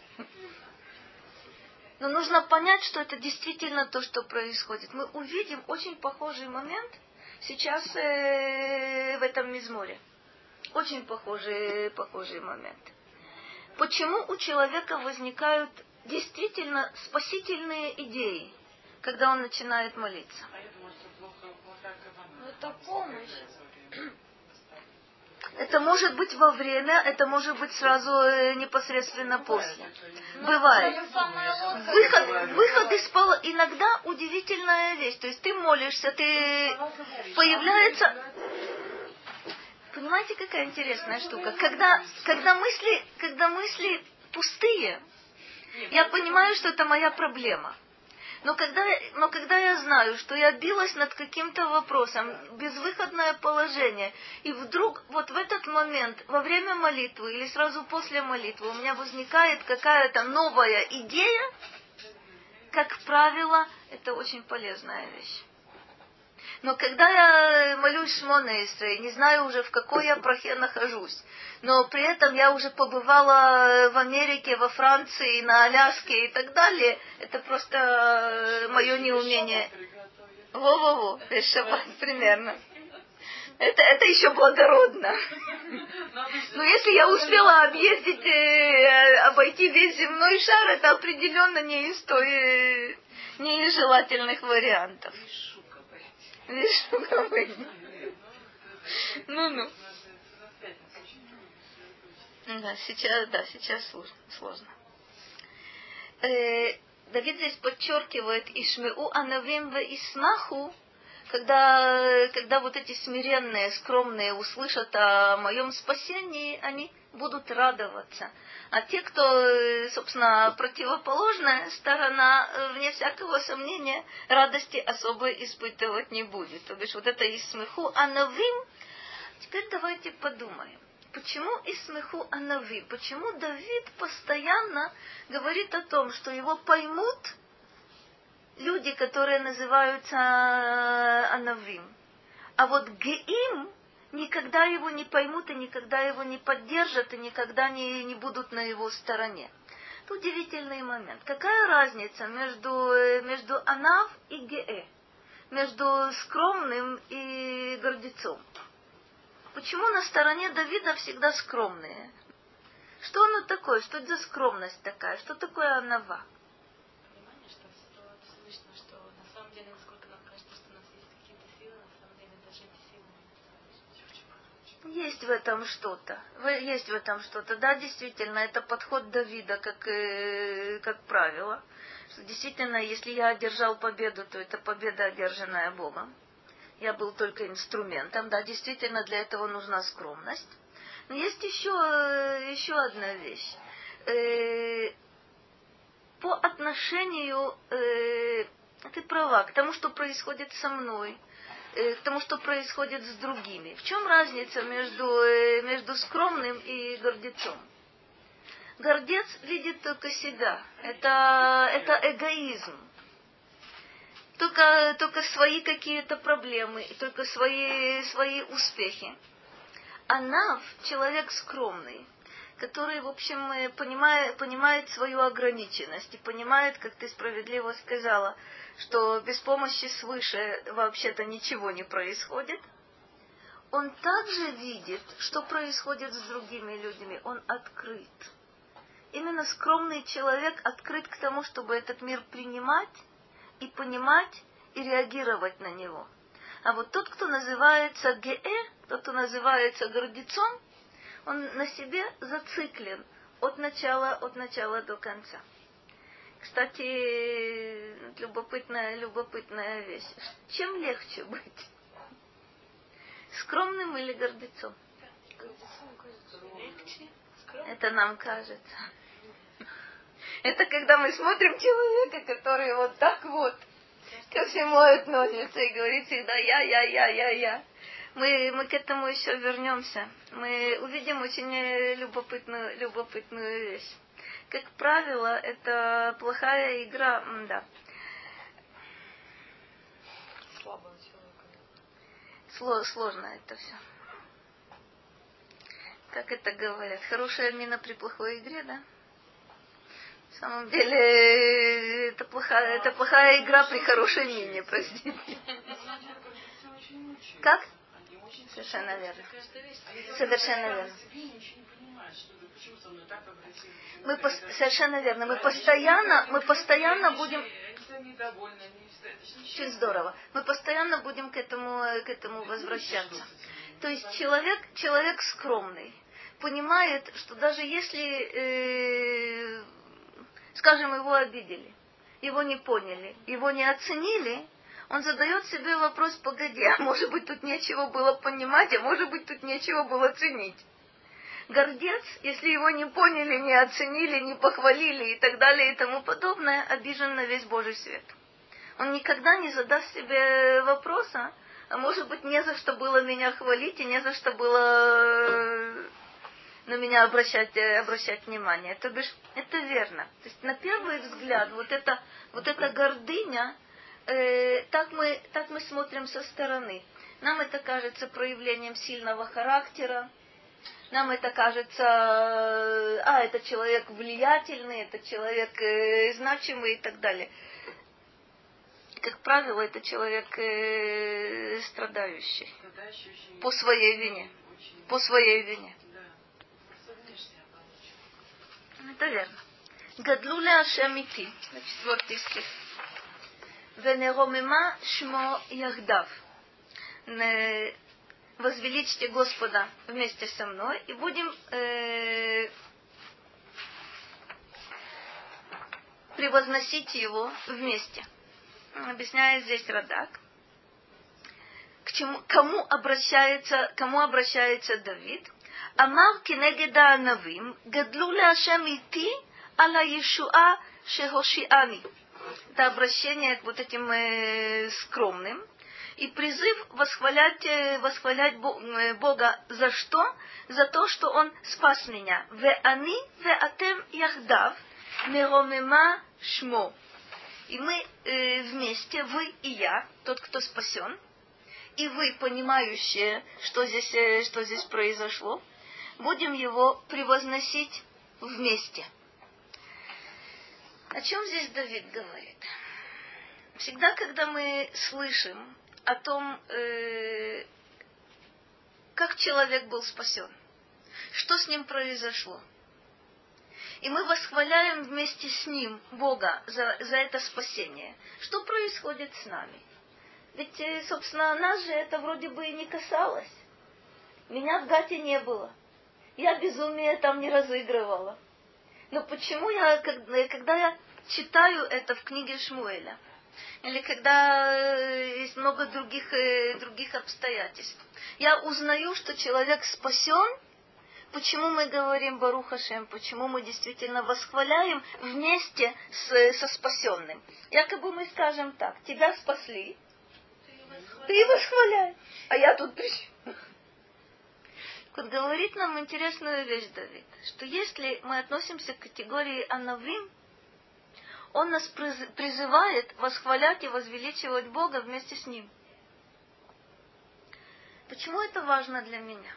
Но нужно понять, что это действительно то, что происходит. Мы увидим очень похожий момент сейчас в этом мизморе. Очень похожий момент. Почему у человека возникают действительно спасительные идеи, когда он начинает молиться? Это помощь. Это может быть во время, это может быть сразу непосредственно после. Бывает. Выход из пола. Иногда удивительная вещь. То есть ты молишься, появляется... Понимаете, какая интересная штука? Когда мысли пустые, я понимаю, что это моя проблема. Но когда я знаю, что я билась над каким-то вопросом, безвыходное положение, и вдруг вот в этот момент, во время молитвы или сразу после молитвы, у меня возникает какая-то новая идея, как правило, это очень полезная вещь. Но когда я молюсь Шмона Эсрей, не знаю уже, в какой я брахе нахожусь, но при этом я уже побывала в Америке, во Франции, на Аляске и так далее, это просто мое неумение. Во-во-во, шаббат примерно. Это еще благородно. Но если я успела обойти весь земной шар, это определенно не из желательных вариантов. Ну. Сейчас сложно. Давид здесь подчеркивает Ишмеу анавим ве исмаху, когда вот эти смиренные, скромные услышат о моем спасении, они будут радоваться. А те, кто, собственно, противоположная сторона, вне всякого сомнения, радости особо испытывать не будет. То бишь, вот это исмеху анавим. Теперь давайте подумаем. Почему исмеху анавим? Почему Давид постоянно говорит о том, что его поймут люди, которые называются анавим? А вот геим никогда его не поймут и никогда его не поддержат и никогда не будут на его стороне. Это удивительный момент. Какая разница между анав и геэ? Между скромным и гордецом? Почему на стороне Давида всегда скромные? Что оно такое? Что это за скромность такая? Что такое анава? Понимание, что все слышно, что на самом деле, насколько нам кажется, что у нас есть какие-то силы, на самом деле даже эти силы не Есть в этом что-то. Есть в этом что-то. Да, действительно, это подход Давида, как правило. Что действительно, если я одержал победу, то это победа, одержанная Богом. я был только инструментом. Да, действительно, для этого нужна скромность. Но есть еще одна вещь. По отношению, ты права, к тому, что происходит со мной, к тому, что происходит с другими. В чем разница между скромным и гордецом? Гордец видит только себя. Это эгоизм. Только свои какие-то проблемы, только свои успехи. А Нав, человек скромный, который, в общем, понимает свою ограниченность и понимает, как ты справедливо сказала, что без помощи свыше вообще-то ничего не происходит, он также видит, что происходит с другими людьми. Он открыт. Именно скромный человек открыт к тому, чтобы этот мир принимать и понимать и реагировать на него. А вот тот, кто называется геэ, тот, кто называется гордецом, он на себе зациклен от начала до конца. Кстати, любопытная вещь. Чем легче быть? Скромным или гордецом? Легче. Это нам кажется. Это когда мы смотрим человека, который вот так вот ко всему относится и говорит всегда я. Мы к этому еще вернемся. Мы увидим очень любопытную вещь. Как правило, это плохая игра. Да. Слабого человека. Сложно это все. Как это говорят? Хорошая мина при плохой игре, да? На самом деле, это плохая игра при хорошей мине, простите. Как? Совершенно верно. Совершенно верно. Совершенно верно. Мы постоянно будем... Очень здорово. Мы постоянно будем к этому возвращаться. То есть человек скромный понимает, что даже если, скажем, его обидели, его не поняли, его не оценили, он задает себе вопрос: погоди, а может быть тут нечего было понимать, а может быть тут нечего было ценить. Гордец, если его не поняли, не оценили, не похвалили и так далее и тому подобное, обижен на весь Божий свет. Он никогда не задаст себе вопроса: а может быть, не за что было меня хвалить и не за что было на меня обращать внимание. То бишь, это верно. То есть, на первый взгляд, вот эта гордыня, так мы смотрим со стороны. Нам это кажется проявлением сильного характера. Нам это кажется, это человек влиятельный, это человек значимый и так далее. Как правило, это человек страдающий по своей вине. По своей вине. Это верно. Гадлу ля Ашем ити. 4 стих. Венеромема шмо яхдав. Возвеличьте Господа вместе со мной и будем превозносить Его вместе. Объясняет здесь Радак. Кому обращается Давид? Амар кенегеда анавим гадлу ля Ашем ити аля Иешуа шехошиани. Это обращение к вот этим скромным. И призыв восхвалять Бога за что? За то, что Он спас меня. Ве ани ве атем яхдав меромема шмо. И мы вместе, вы и я, тот, кто спасен, и вы, понимающие, что здесь произошло, будем его превозносить вместе. О чем здесь Давид говорит? Всегда, когда мы слышим о том, как человек был спасен, что с ним произошло, и мы восхваляем вместе с ним Бога за это спасение, что происходит с нами? Ведь, собственно, нас же это вроде бы и не касалось. Меня в Гате не было. Я безумие там не разыгрывала. Но почему когда я читаю это в книге Шмуэля, или когда есть много других обстоятельств. Я узнаю, что человек спасен. Почему мы говорим Барух Ашем? Почему мы действительно восхваляем вместе со спасенным? Якобы мы скажем так: тебя спасли, ты восхваляй, а я тут при чем? Вот говорит нам интересную вещь Давид, что если мы относимся к категории Анавим, он нас призывает восхвалять и возвеличивать Бога вместе с Ним. Почему это важно для меня?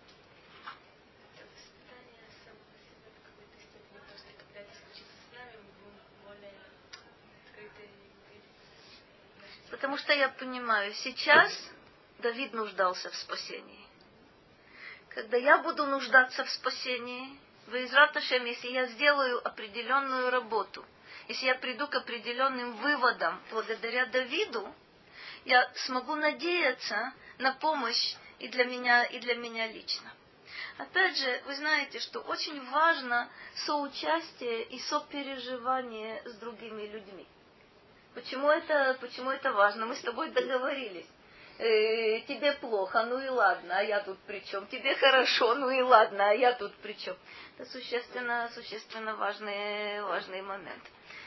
Это воспитание самого себя до какой-то степени, потому что когда это случится с нами, мы будем более открыты и видеть. Потому что я понимаю, сейчас Давид нуждался в спасении. Когда я буду нуждаться в спасении, Бе'эзрат Ашем, если я сделаю определенную работу, если я приду к определенным выводам благодаря Давиду, я смогу надеяться на помощь и для меня лично. Опять же, вы знаете, что очень важно соучастие и сопереживание с другими людьми. Почему это важно? Мы с тобой договорились. Тебе плохо, ну и ладно, а я тут при чем? Тебе хорошо, ну и ладно, а я тут при чем? Это существенно важный момент.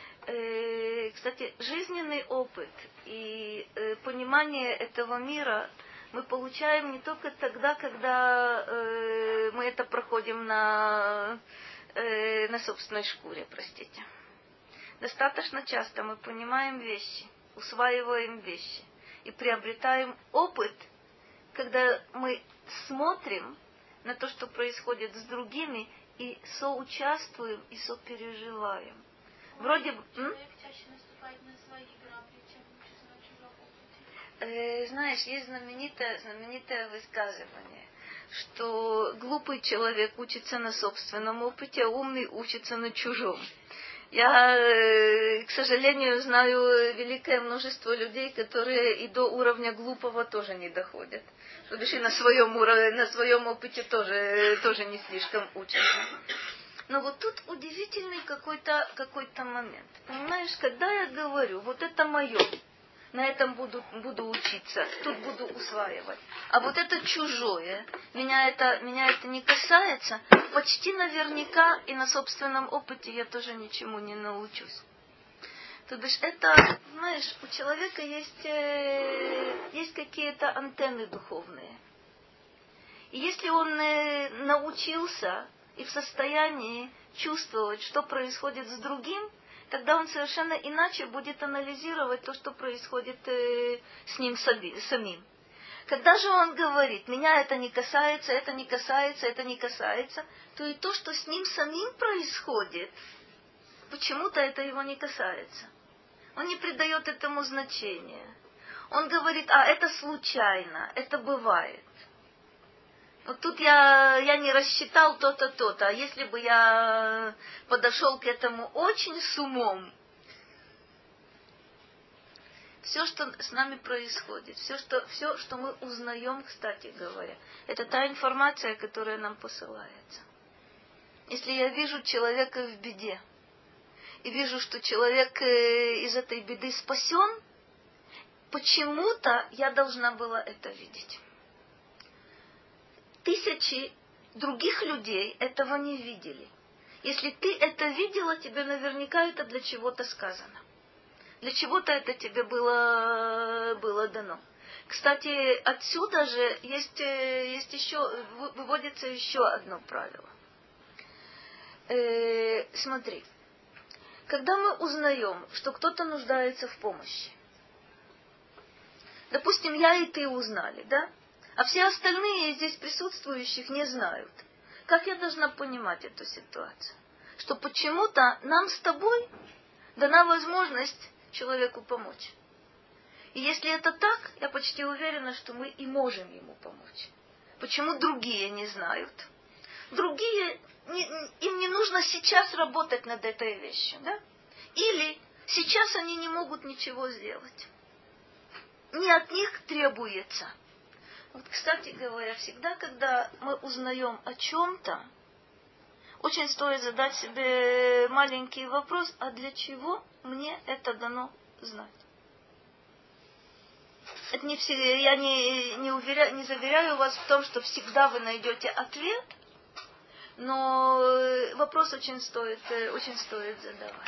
Кстати, жизненный опыт и понимание этого мира мы получаем не только тогда, когда мы это проходим на собственной шкуре, простите. Достаточно часто мы понимаем вещи, усваиваем вещи и приобретаем опыт, когда мы смотрим на то, что происходит с другими, и соучаствуем, и сопереживаем. Вроде бы... Человек чаще наступает на свои грабли, чем учится на чужом опыте. Знаешь, есть знаменитое высказывание, что глупый человек учится на собственном опыте, а умный учится на чужом. Я, к сожалению, знаю великое множество людей, которые и до уровня глупого тоже не доходят. То бишь и на своем опыте тоже не слишком учатся. Но вот тут удивительный какой-то момент. Понимаешь, когда я говорю, вот это мое, на этом буду учиться, тут буду усваивать. А вот это чужое, меня это не касается, почти наверняка и на собственном опыте я тоже ничему не научусь. То бишь это, знаешь, у человека есть какие-то антенны духовные. И если он научился и в состоянии чувствовать, что происходит с другим, тогда он совершенно иначе будет анализировать то, что происходит с ним самим. Когда же он говорит, меня это не касается, это не касается, это не касается, то и то, что с ним самим происходит, почему-то это его не касается. Он не придает этому значения. Он говорит, это случайно, это бывает. Вот тут я не рассчитал то-то, то-то. А если бы я подошел к этому очень с умом, все, что с нами происходит, все, что мы узнаем, кстати говоря, это та информация, которая нам посылается. Если я вижу человека в беде, и вижу, что человек из этой беды спасен, почему-то я должна была это видеть. Тысячи других людей этого не видели. Если ты это видела, тебе наверняка это для чего-то сказано. Для чего-то это тебе было дано. Кстати, отсюда же выводится еще одно правило. Смотри, когда мы узнаем, что кто-то нуждается в помощи, допустим, я и ты узнали, да? А все остальные здесь присутствующих не знают. Как я должна понимать эту ситуацию? Что почему-то нам с тобой дана возможность человеку помочь. И если это так, я почти уверена, что мы и можем ему помочь. Почему другие не знают? Другие, им не нужно сейчас работать над этой вещью, да? Или сейчас они не могут ничего сделать. Не от них требуется. Вот, кстати говоря, всегда, когда мы узнаем о чем-то, очень стоит задать себе маленький вопрос, а для чего мне это дано знать? это не все, я не заверяю вас в том, что всегда вы найдете ответ, но вопрос очень стоит задавать.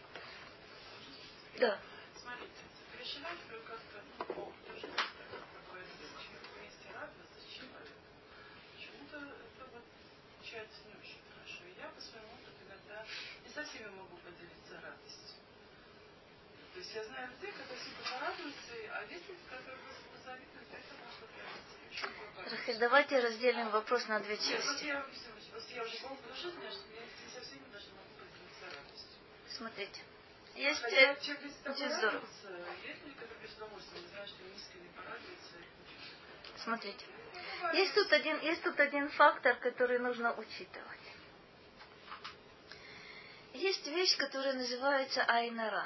Да. Смотрите, переживать вы как-то, тоже какое-то вместе радоваться с человеком. Почему-то это вот получается не очень хорошо. И я по своему опыту иногда не со всеми могу поделиться радостью. То есть я знаю людей, которые всегда порадуются, а есть люди, которые просто позавидуют, это может быть. Рахиль, давайте разделим вопрос на две части. Вот я уже полгода жизни знаю, что я не со всеми даже могу поделиться радостью. Смотрите. Есть очень здорово. Есть люди, которые с удовольствием знают, что искренне порадуются. Смотрите. Есть тут один фактор, который нужно учитывать. Есть вещь, которая называется айнара.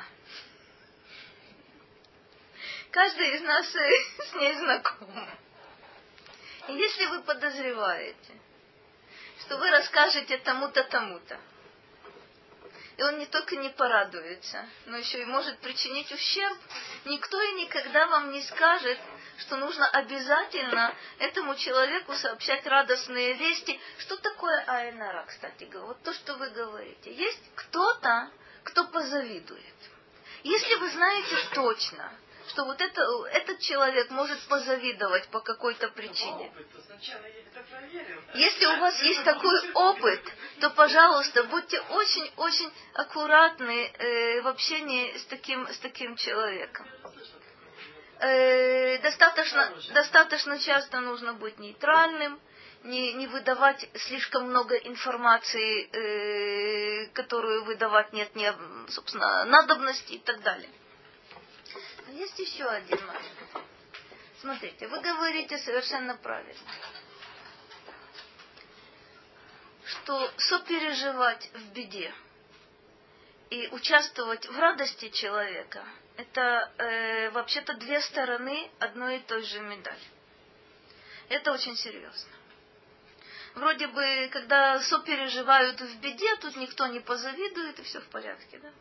Каждый из нас с ней знаком. И если вы подозреваете, что вы расскажете тому-то, тому-то, и он не только не порадуется, но еще и может причинить ущерб, никто и никогда вам не скажет, что нужно обязательно этому человеку сообщать радостные вести. Что такое айнара, кстати говоря? Вот то, что вы говорите. Есть кто-то, кто позавидует. Если вы знаете точно, что вот этот человек может позавидовать по какой-то причине. Если у вас есть такой опыт, то, пожалуйста, будьте очень-очень аккуратны в общении с таким человеком. Достаточно часто нужно быть нейтральным, не выдавать слишком много информации, которую выдавать нет, собственно, надобности и так далее. Есть еще один момент. Смотрите, вы говорите совершенно правильно, что сопереживать в беде и участвовать в радости человека – это вообще-то две стороны одной и той же медали. Это очень серьезно. Вроде бы, когда сопереживают в беде, тут никто не позавидует, и все в порядке, да?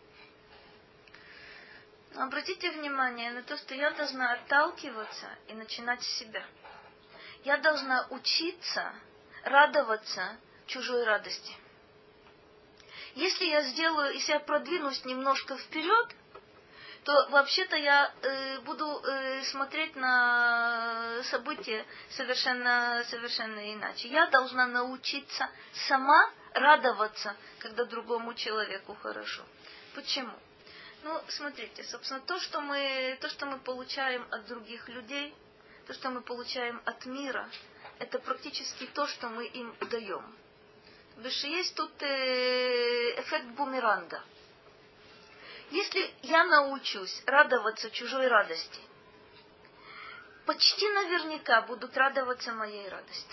Обратите внимание на то, что я должна отталкиваться и начинать с себя. Я должна учиться радоваться чужой радости. Если я продвинусь немножко вперед, то вообще-то я буду смотреть на события совершенно иначе. Я должна научиться сама радоваться, когда другому человеку хорошо. Почему? Ну, смотрите, собственно, то, что мы получаем от других людей, то, что мы получаем от мира, это практически то, что мы им даем. Потому что есть тут эффект бумеранга. Если я научусь радоваться чужой радости, почти наверняка будут радоваться моей радости.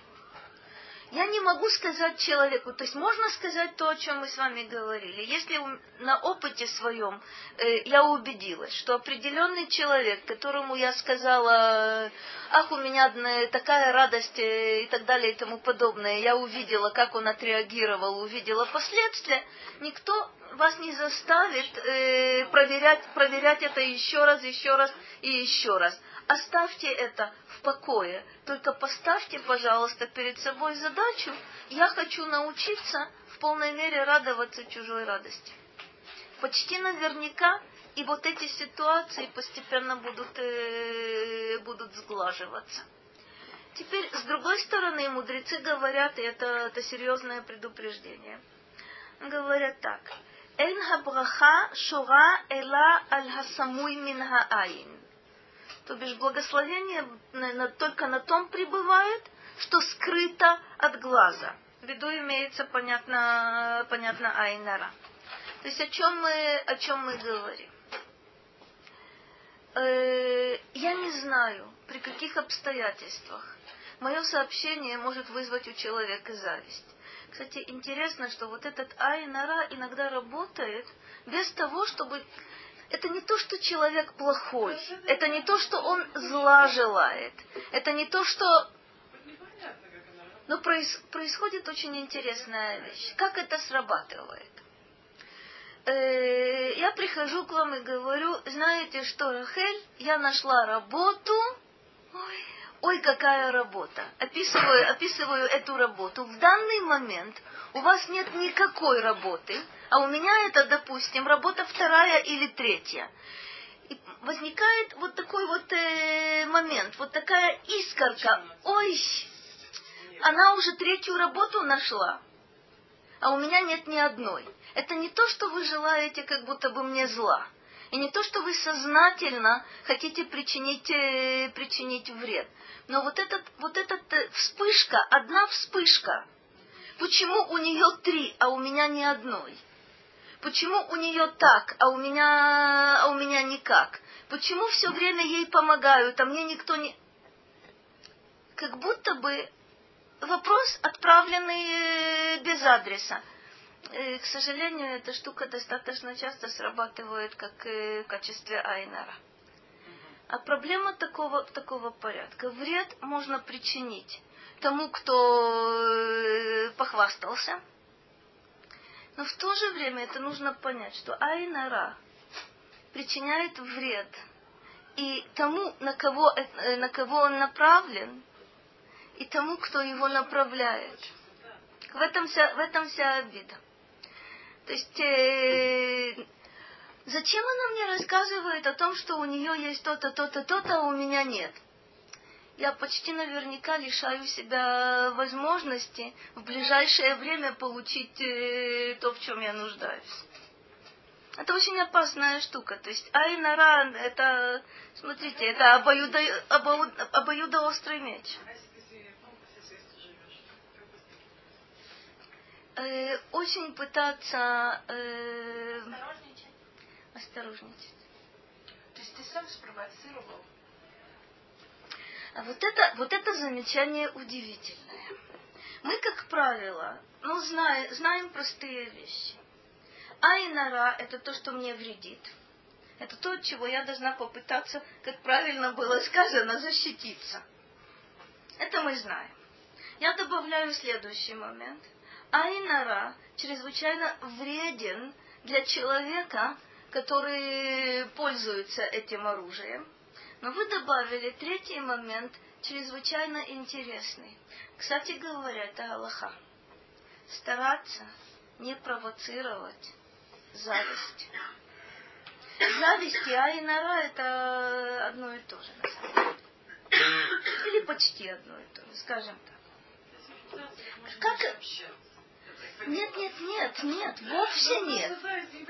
Я не могу сказать человеку, то есть можно сказать то, о чем мы с вами говорили. Если на опыте своем я убедилась, что определенный человек, которому я сказала, ах, у меня такая радость и так далее и тому подобное, я увидела, как он отреагировал, увидела последствия, никто вас не заставит проверять это еще раз и еще раз. Оставьте это в покое. Только поставьте, пожалуйста, перед собой задачу. Я хочу научиться в полной мере радоваться чужой радости. Почти наверняка и вот эти ситуации постепенно будут сглаживаться. Теперь, с другой стороны, мудрецы говорят, и это серьезное предупреждение, говорят так. Эн хабраха шура эла аль хасамуй мин хаайн. То бишь благословение только на том пребывает, что скрыто от глаза. В виду имеется, понятно айнара. То есть о чем мы говорим? Я не знаю, при каких обстоятельствах мое сообщение может вызвать у человека зависть. Кстати, интересно, что вот этот айнара иногда работает без того, чтобы... Это не то, что человек плохой, это не то, что он зла желает, это не то, что... Но происходит очень интересная вещь. Как это срабатывает? я прихожу к вам и говорю, знаете что, Рахель, я нашла работу. Ой, какая работа. Описываю эту работу. В данный момент у вас нет никакой работы, а у меня это, допустим, работа 2 или 3. И возникает вот такой вот момент, вот такая искорка. Ой, она уже 3 работу нашла, а у меня нет ни одной. Это не то, что вы желаете как будто бы мне зла. И не то, что вы сознательно хотите причинить вред. Но вот эта вспышка, одна вспышка. Почему у нее 3, а у меня ни одной? Почему у нее так, а у меня никак? Почему все время ей помогают, а мне никто не... Как будто бы вопрос, отправленный без адреса. К сожалению, эта штука достаточно часто срабатывает как в качестве айнара. А проблема такого порядка. Вред можно причинить тому, кто похвастался. Но в то же время это нужно понять, что айнара причиняет вред и тому, на кого он направлен, и тому, кто его направляет. В этом вся обида. То есть, зачем она мне рассказывает о том, что у нее есть то-то, то-то, то-то, а у меня нет? Я почти наверняка лишаю себя возможности в ближайшее время получить то, в чем я нуждаюсь. Это очень опасная штука. То есть айнара, это, смотрите, это обоюдоострый меч. Очень пытаться осторожничать. То есть ты сам спровоцировал? А вот это замечание удивительное. Мы, как правило, знаем простые вещи. Айнара – это то, что мне вредит. Это то, от чего я должна попытаться, как правильно было сказано, защититься. Это мы знаем. Я добавляю следующий момент. Айнара чрезвычайно вреден для человека, который пользуется этим оружием. Но вы добавили 3 момент, чрезвычайно интересный. Кстати говоря, это галаха. Стараться не провоцировать зависть. Зависть и айнара – это одно и то же. Или почти одно и то же, скажем так. Как... Нет, вовсе нет.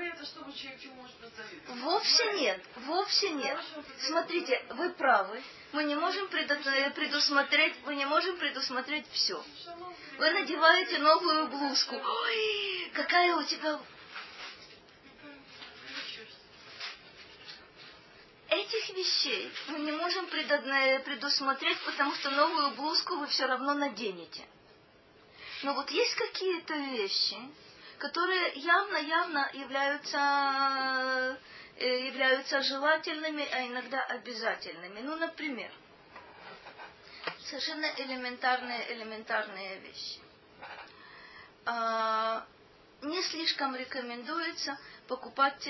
Вовсе нет. Смотрите, вы правы. Мы не можем предусмотреть все. Вы надеваете новую блузку. Ой, какая у тебя... Этих вещей мы не можем предусмотреть, потому что новую блузку вы все равно наденете. Но вот есть какие-то вещи, которые явно являются желательными, а иногда обязательными. Ну, например, совершенно элементарные вещи. Не слишком рекомендуется покупать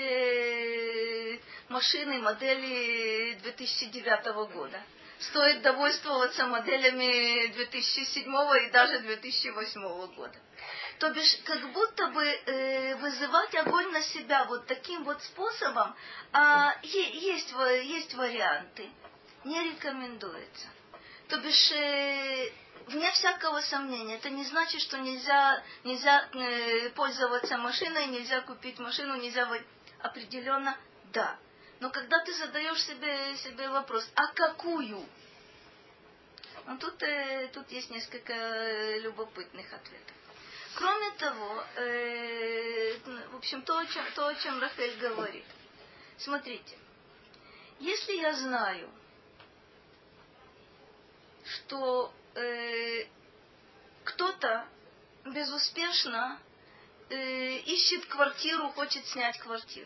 машины модели 2009 года. Стоит довольствоваться моделями 2007 и даже 2008 года. То бишь, как будто бы вызывать огонь на себя вот таким вот способом, есть варианты, не рекомендуется. То бишь, вне всякого сомнения, это не значит, что нельзя пользоваться машиной, нельзя купить машину, определенно да. Но когда ты задаешь себе вопрос, а какую? Ну, тут есть несколько любопытных ответов. Кроме того, в общем, то, о чем Рахель говорит. Смотрите, если я знаю, что кто-то безуспешно ищет квартиру, хочет снять квартиру,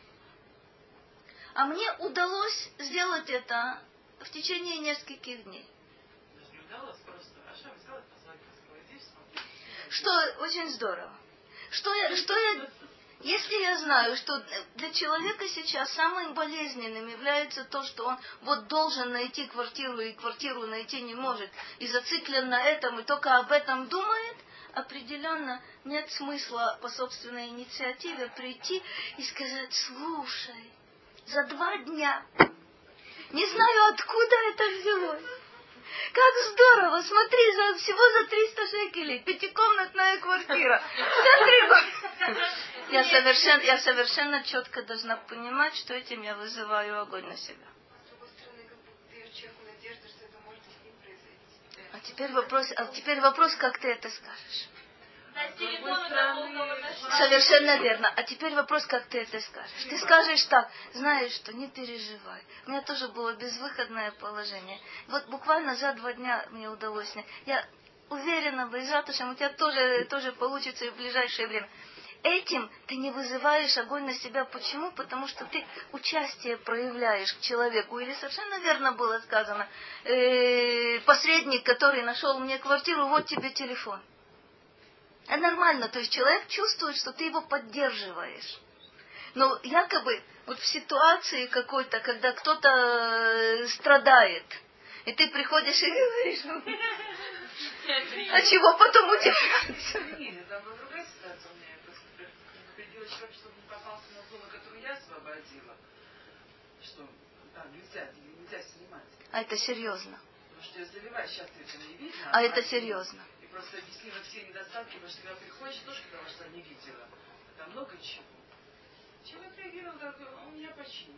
а мне удалось сделать это в течение нескольких дней. Не удалось просто. Ашем сделать, позвонить, здесь, что очень здорово. Если я знаю, что для человека сейчас самым болезненным является то, что он вот должен найти квартиру, и квартиру найти не может, и зациклен на этом, и только об этом думает, определенно нет смысла по собственной инициативе прийти и сказать: слушай, за 2 дня, не знаю, откуда это взялось. Как здорово, смотри, всего за 300 шекелей, 5-комнатная квартира. За 3 года. Я совершенно четко должна понимать, что этим я вызываю огонь на себя. С другой стороны, как бы даешь человеку надежду, что это может с ним произойти. А теперь вопрос, как ты это скажешь. Да, с телефона такого нашла. Совершенно верно. А теперь вопрос, как ты это скажешь. Ты скажешь так: знаешь что, не переживай. У меня тоже было безвыходное положение. Вот буквально за 2 дня мне удалось снять. Я уверена, Байзатушем, у тебя тоже получится и в ближайшее время. Этим ты не вызываешь огонь на себя. Почему? Потому что ты участие проявляешь к человеку. Или совершенно верно было сказано: посредник, который нашел мне квартиру, вот тебе телефон. Это нормально, то есть человек чувствует, что ты его поддерживаешь. Но якобы вот в ситуации какой-то, когда кто-то страдает, и ты приходишь и говоришь: а чего потом удивляться? Нет, там была другая ситуация у меня. Я просто предупредила человека, чтобы не попался на зону, которую я освободила. Что там нельзя снимать. А это серьезно. Потому что я заливаю, сейчас ты это не видно. А это серьезно. И просто объяснила все недостатки, потому что когда приходишь, тоже потому что не видела. Там много чего. Человек реагировал, как он меня починит.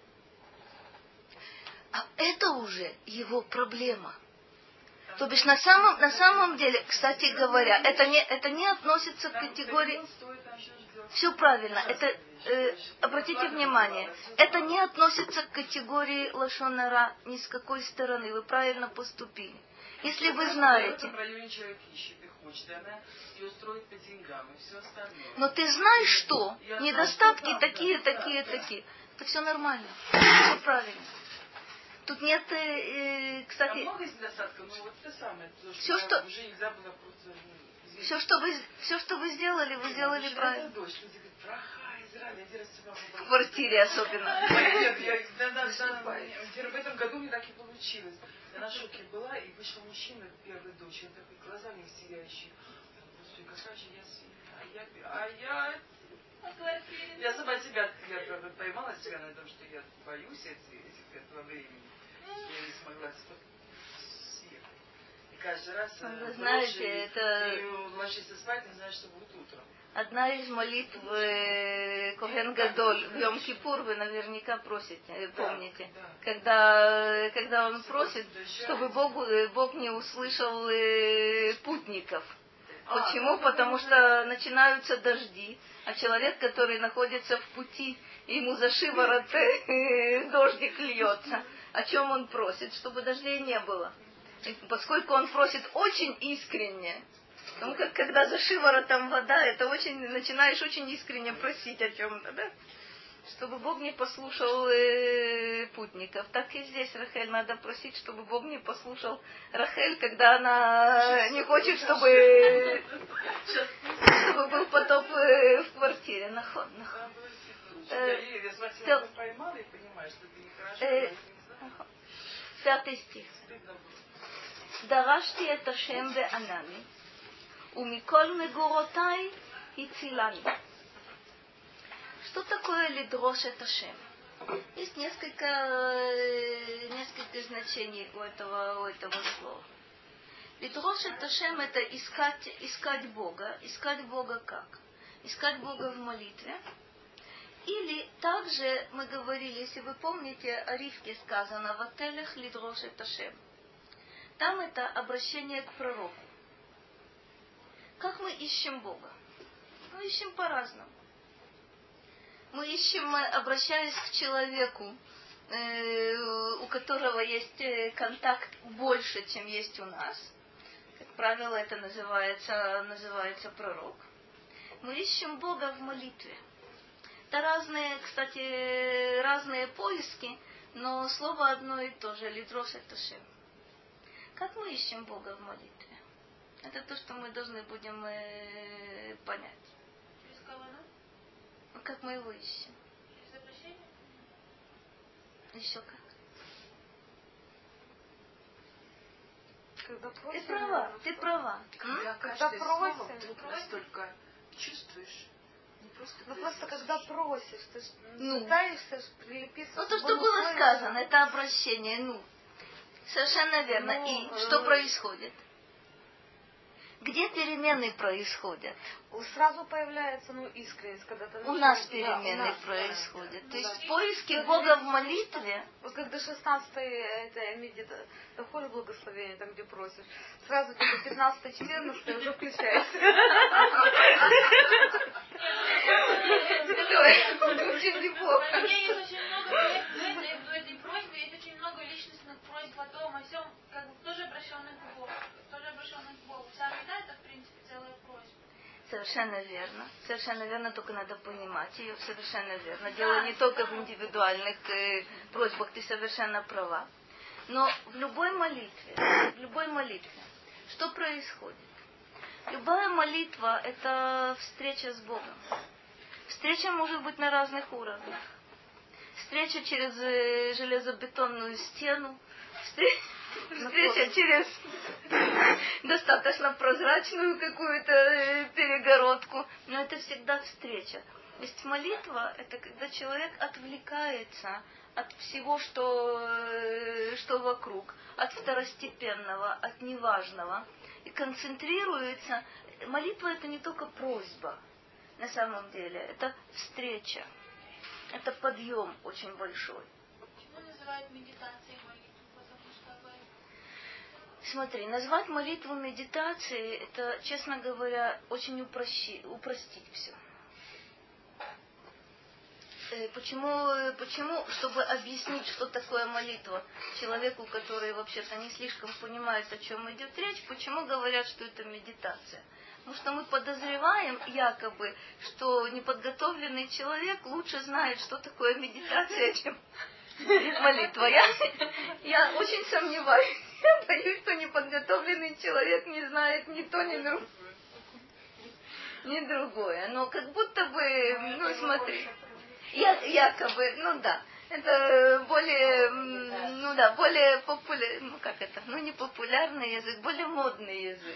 А это уже его проблема. То бишь на самом деле, кстати говоря, это не относится к категории... Все правильно. Это, обратите внимание, это не относится к категории лашон ара ни с какой стороны. Вы правильно поступили. Если вы знаете... В этом районе человек ищет и хочет, и она ее устроит по деньгам, и все остальное. Но ты знаешь, что недостатки такие. Это все нормально. Все правильно. Тут нет, кстати... Там много есть недостатков, но вот это самое, Все, что... уже нельзя было просто... Все, что вы сделали правильно. Это дочь, люди говорят: браха, Израиль, один раз тебя В квартире особенно. В этом году мне так и получилось. Я на шоке была, и вышел мужчина, первый дочь, он такой, глаза у них сияющие. Господи, какая же я свинья. Я сама себя, я поймала себя на том, что я боюсь этого времени. Я не смогла съехать. И каждый раз вы знаете, это... и ложишься спать, не знаешь, что будет утром. Одна из молитв Коген Гадоль в Йом-Кипур, вы наверняка помните, когда он просит, чтобы Бог не услышал путников. Почему? Потому что начинаются дожди, а человек, который находится в пути, ему за шиворот дождик льется. О чем он просит? Чтобы дождей не было. И поскольку он просит очень искренне, потому как когда за шиворотом вода, это начинаешь очень искренне просить о чем-то, да? Чтобы Бог не послушал путников. Так и здесь Рахель надо просить, чтобы Бог не послушал Рахель, когда она не хочет, чтобы был потоп в квартире. Нахон. Я спросила, поймала и понимаю, что это нехорошо. 5 стих. דרשתי את השם וענני, ומכל מגורותי הצילני. Что такое лидрош это Шем? Есть несколько значений у этого слова. Лидрош это Шем это искать Бога. Искать Бога как? Искать Бога в молитве. Или также мы говорили, если вы помните, о Ривке сказано «Вателех лидрош это Шем». Там это обращение к пророку. Как мы ищем Бога? Мы ищем по-разному. Мы ищем, обращаясь к человеку, у которого есть контакт больше, чем есть у нас. Как правило, это называется пророк. Мы ищем Бога в молитве. Это разные поиски, но слово одно и то же. Лидрош это Шем. Как мы ищем Бога в молитве? Это то, что мы должны будем понять. Через кавана? Как мы его ищем? Через обращение? Еще как? Когда Ты просим, права, ты права. Когда Когда каждое слово просим, вдруг настолько чувствуешь, не просто Ну просто когда просишь, ты ж Ну. пытаешься ж прилепиться. Ну, то, к что любому было слову. сказано, это обращение, совершенно верно. Ну, И что происходит? Где перемены происходят? Сразу появляется, искренность, когда ты У нас начинаешь- перемены у нас. происходят. То Да. есть в поиске Бога в молитве. Вот когда 16-й медита, доходишь благословение, там где просишь, сразу где-то 15-14 уже включается. Очень неплохо. У меня есть очень много в этой просьбе, есть очень много личностных просьб о том, о сём, как бы тоже обращенных к Богу. Вся еда это, в принципе, целая просьба. Совершенно верно, только надо понимать ее, совершенно верно. Дело не только в индивидуальных просьбах, ты совершенно права. Но в любой молитве, что происходит? Любая молитва – это встреча с Богом. Встреча может быть на разных уровнях. Встреча через железобетонную стену, встреча через достаточно прозрачную какую-то перегородку, но это всегда встреча. То есть молитва – это когда человек отвлекается от всего, что вокруг, от второстепенного, от неважного, и концентрируется. Молитва – это не только просьба, на самом деле, это встреча, это подъем очень большой. Почему называют медитацией молитву? Потому что Смотри, назвать молитву медитацией, это, честно говоря, очень упростить все. Почему? Чтобы объяснить, что такое молитва человеку, который вообще-то не слишком понимает, о чем идет речь, почему говорят, что это медитация? Потому что мы подозреваем, якобы, что неподготовленный человек лучше знает, что такое медитация, чем молитва. Я очень сомневаюсь. Я боюсь, что неподготовленный человек не знает ни то, ни другое. Но как будто бы, смотри, якобы, это более популярный, не популярный язык, более модный язык.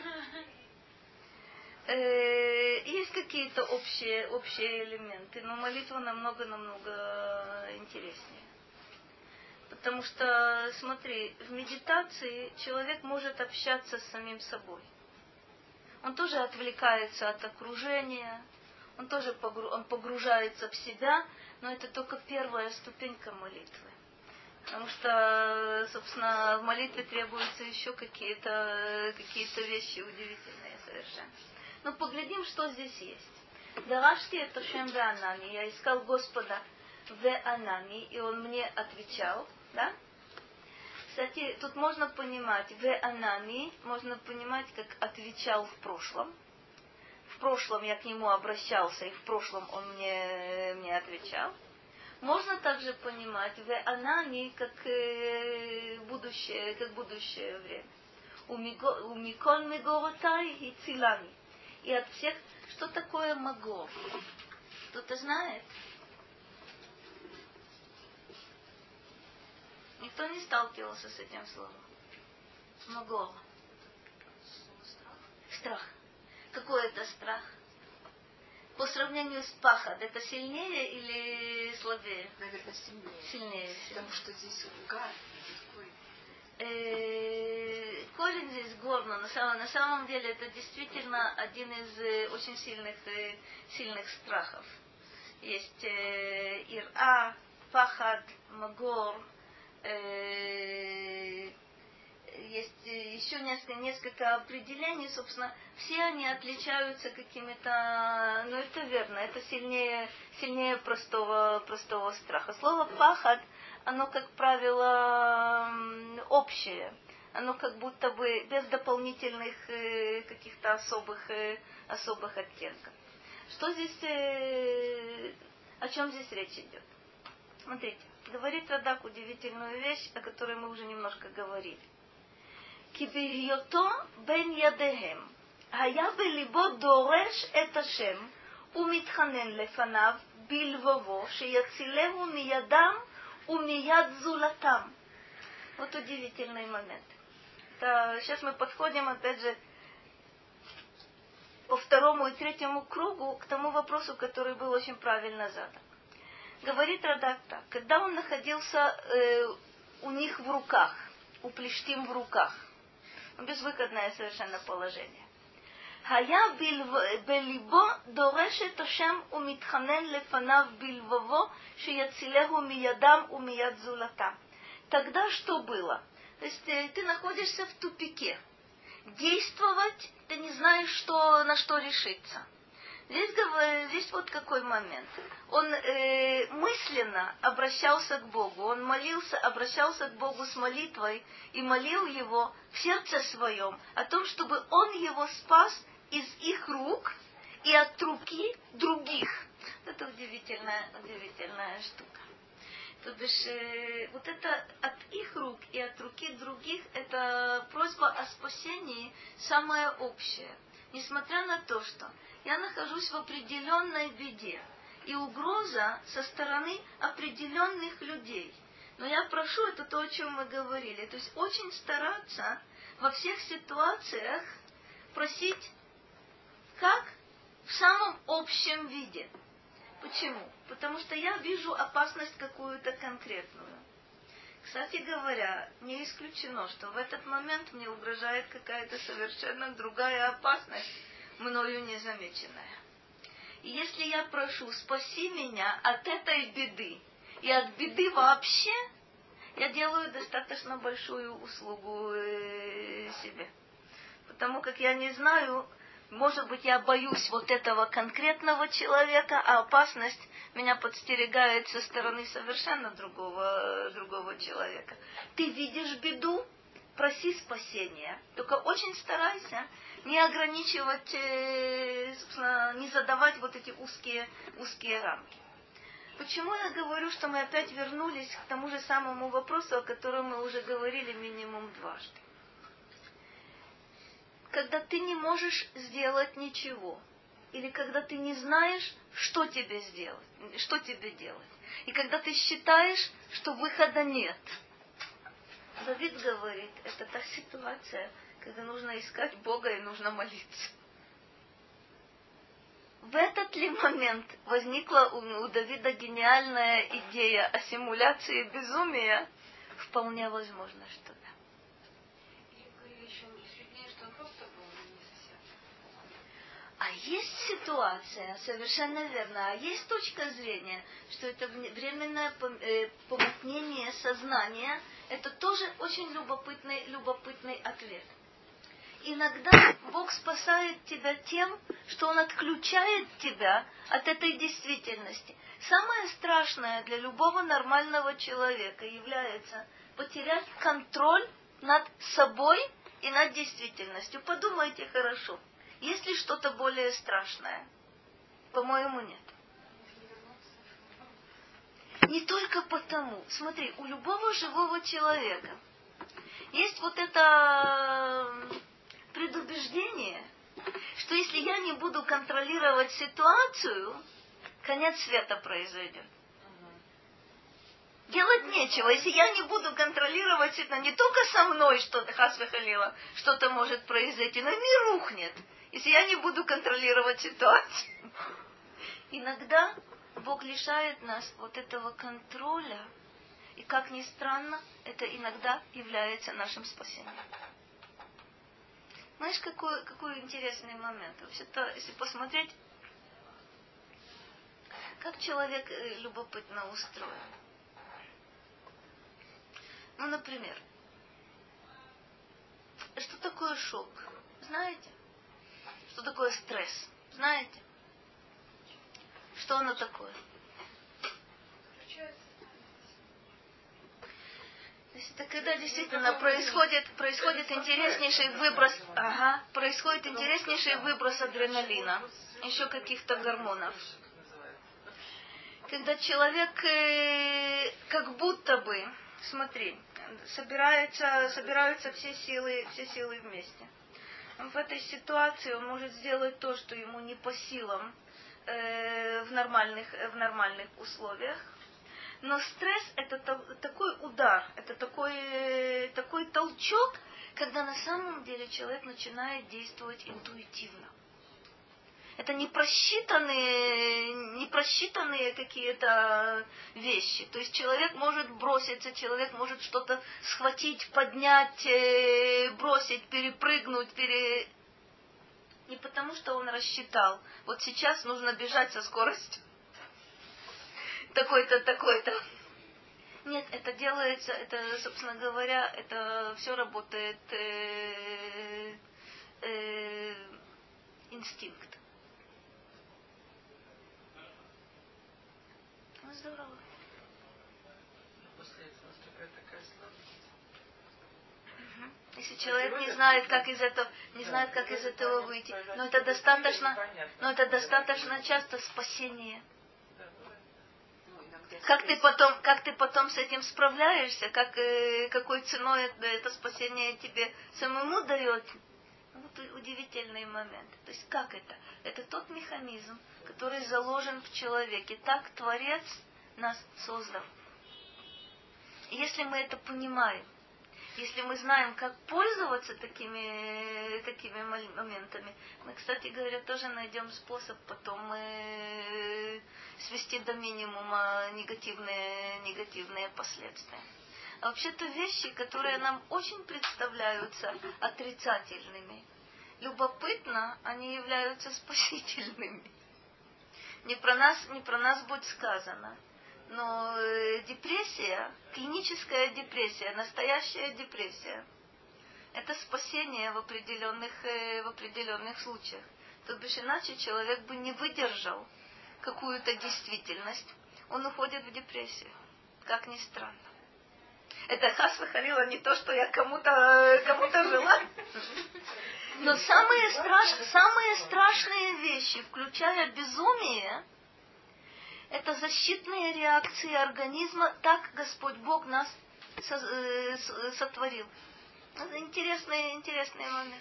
Есть какие-то общие элементы, но молитва намного интереснее. Потому что, смотри, в медитации человек может общаться с самим собой. Он тоже отвлекается от окружения, он погружается в себя, но это только первая ступенька молитвы. Потому что, собственно, в молитве требуются еще какие-то вещи удивительные совершенно. Но поглядим, что здесь есть. Дарашти это Шем ве Анани. Я искал Господа ве Анани, и Он мне отвечал. Да? Кстати, тут можно понимать ве Анани, можно понимать, как отвечал в прошлом. В прошлом я к нему обращался, и в прошлом он мне отвечал. Можно также понимать ве Анани как будущее время. У Миколь Мегоротай и Цилами. И от всех, что такое Магор? Кто-то знает? Никто не сталкивался с этим словом. Магор. Страх. Какой это страх? По сравнению с пахад, это сильнее или слабее? Наверное, сильнее. Сильнее. Потому что здесь гар такой. Корень здесь гор, но на самом деле это действительно один из очень сильных страхов. Есть ира, пахад, магор, есть еще несколько определений, собственно, все они отличаются какими-то, это верно, это сильнее простого страха. Слово пахад, оно, как правило, общее, оно как будто бы без дополнительных каких-то особых оттенков. Что здесь, о чем здесь речь идет? Смотрите, говорит Радак удивительную вещь, о которой мы уже немножко говорили. כבהיותו בין ידיהם, היה בליבו דורש את השם, ומתחנן לפניו бильвово, шияцилеву миядам умияд зулатам. Вот удивительный момент. Сейчас мы подходим, опять же, по второму и третьему кругу к тому вопросу, который был очень правильно задан. Говорит Радак так, когда он находился у них в руках, у Плештим в руках, безвыходное совершенно положение. היה בליבו דורש את השם ומתחנן לפניו בלבבו שיצילהו מידם ומיד זולתם. Тогда что было? То есть ты находишься в тупике. Действовать, ты не знаешь, на что решиться. Здесь вот какой момент. Он мысленно обращался к Богу, он молился, обращался к Богу с молитвой и молил его в сердце своем о том, чтобы он его спас из их рук и от руки других. Это удивительная штука. То бишь, вот это от их рук и от руки других, это просьба о спасении самая общая. Несмотря на то, что я нахожусь в определенной беде и угроза со стороны определенных людей. Но я прошу, это то, о чем мы говорили. То есть очень стараться во всех ситуациях просить, как в самом общем виде. Почему? Потому что я вижу опасность какую-то конкретную. Кстати говоря, не исключено, что в этот момент мне угрожает какая-то совершенно другая опасность, мною незамеченная. И если я прошу, спаси меня от этой беды и от беды вообще, я делаю достаточно большую услугу себе. Потому как я не знаю, может быть, я боюсь вот этого конкретного человека, а опасность меня подстерегает со стороны совершенно другого человека. Ты видишь беду, проси спасения. Только очень старайся не ограничивать, собственно, не задавать вот эти узкие рамки. Почему я говорю, что мы опять вернулись к тому же самому вопросу, о котором мы уже говорили минимум дважды? Когда ты не можешь сделать ничего, или когда ты не знаешь, что тебе делать, и когда ты считаешь, что выхода нет. Давид говорит, это та ситуация, когда нужно искать Бога и нужно молиться. В этот ли момент возникла у Давида гениальная идея о симуляции безумия? Вполне возможно, что да. А есть ситуация, совершенно верно, а есть точка зрения, что это временное помутнение сознания, это тоже очень любопытный ответ. Иногда Бог спасает тебя тем, что Он отключает тебя от этой действительности. Самое страшное для любого нормального человека является потерять контроль над собой и над действительностью. Подумайте хорошо. Есть ли что-то более страшное? По-моему, нет. Не только потому. Смотри, у любого живого человека есть вот это предубеждение, что если я не буду контролировать ситуацию, конец света произойдет. Делать нечего. Если я не буду контролировать это, не только со мной что-то, хас-ве-халила, что-то может произойти, но мир рухнет. Если я не буду контролировать ситуацию. Иногда Бог лишает нас вот этого контроля, и, как ни странно, это иногда является нашим спасением. Знаешь, какой интересный момент. Вообще-то, если посмотреть, как человек любопытно устроен. Ну, например, что такое шок? Знаете? Что такое стресс? Знаете? Что оно такое? То есть это когда действительно происходит интереснейший выброс адреналина, еще каких-то гормонов. Когда человек как будто бы, смотри, собираются все силы вместе. В этой ситуации он может сделать то, что ему не по силам в нормальных условиях. Но стресс это такой удар, это такой толчок, когда на самом деле человек начинает действовать интуитивно. Это не просчитанные какие-то вещи. То есть человек может броситься, человек может что-то схватить, поднять, бросить, перепрыгнуть, не потому что он рассчитал. Вот сейчас нужно бежать со скоростью такой-то, такой-то. Нет, это делается, это, собственно говоря, это все работает инстинкт. Ну, здорово. После этого наступает такая слабость. Если человек не знает, как из этого выйти, но это достаточно часто спасение. Как ты потом с этим справляешься, какой ценой это спасение тебе самому дает, вот удивительный момент. То есть как это? Это тот механизм, который заложен в человеке. Так Творец нас создал. И если мы это понимаем, если мы знаем, как пользоваться такими моментами, мы, кстати говоря, тоже найдем способ потом свести до минимума негативные последствия. А вообще-то вещи, которые нам очень представляются отрицательными, любопытно, они являются спасительными. Не про нас будет сказано. Но депрессия, клиническая депрессия, настоящая депрессия, это спасение в определенных случаях. То бишь иначе человек бы не выдержал какую-то действительность, он уходит в депрессию. Как ни странно. Это хас вахалила не то, что я кому-то желаю. Но самые страшные вещи, включая безумие, это защитные реакции организма, так Господь Бог нас сотворил. Это интересный момент.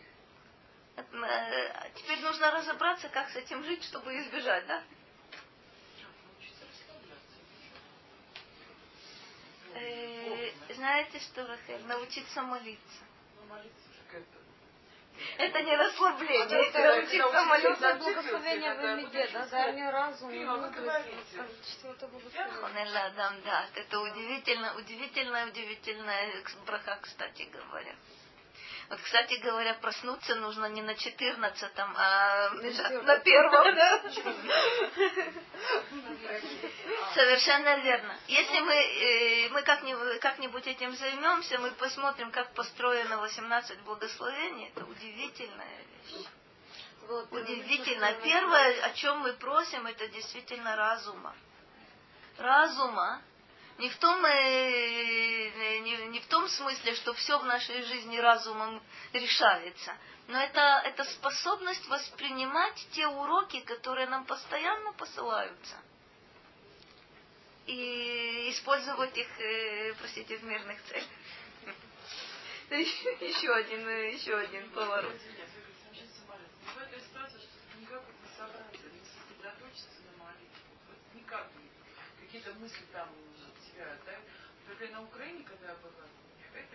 Теперь нужно разобраться, как с этим жить, чтобы избежать, да? Знаете что, Рахель? Научиться молиться. Это не расслабление, это научиться молиться. Благословение в имя да, дай мне разум и мудрость. Что-то благословение. Да, это удивительная браха, кстати говоря. Вот, кстати говоря, проснуться нужно не на 14-м, а на 1-м. Совершенно верно. Если мы как-нибудь этим займемся, мы посмотрим, как построено 18 благословений, это удивительная вещь. Удивительно. Первое, о чем мы просим, это действительно разума. Разума. Не в том смысле, что все в нашей жизни разумом решается, но это способность воспринимать те уроки, которые нам постоянно посылаются, и использовать их, в мирных целях. Еще один поворот. В этой ситуации, что никак не собраться, не сосредоточиться на молитве. Никак не. Какие-то мысли там себя, да? Только на Украине, когда я была, это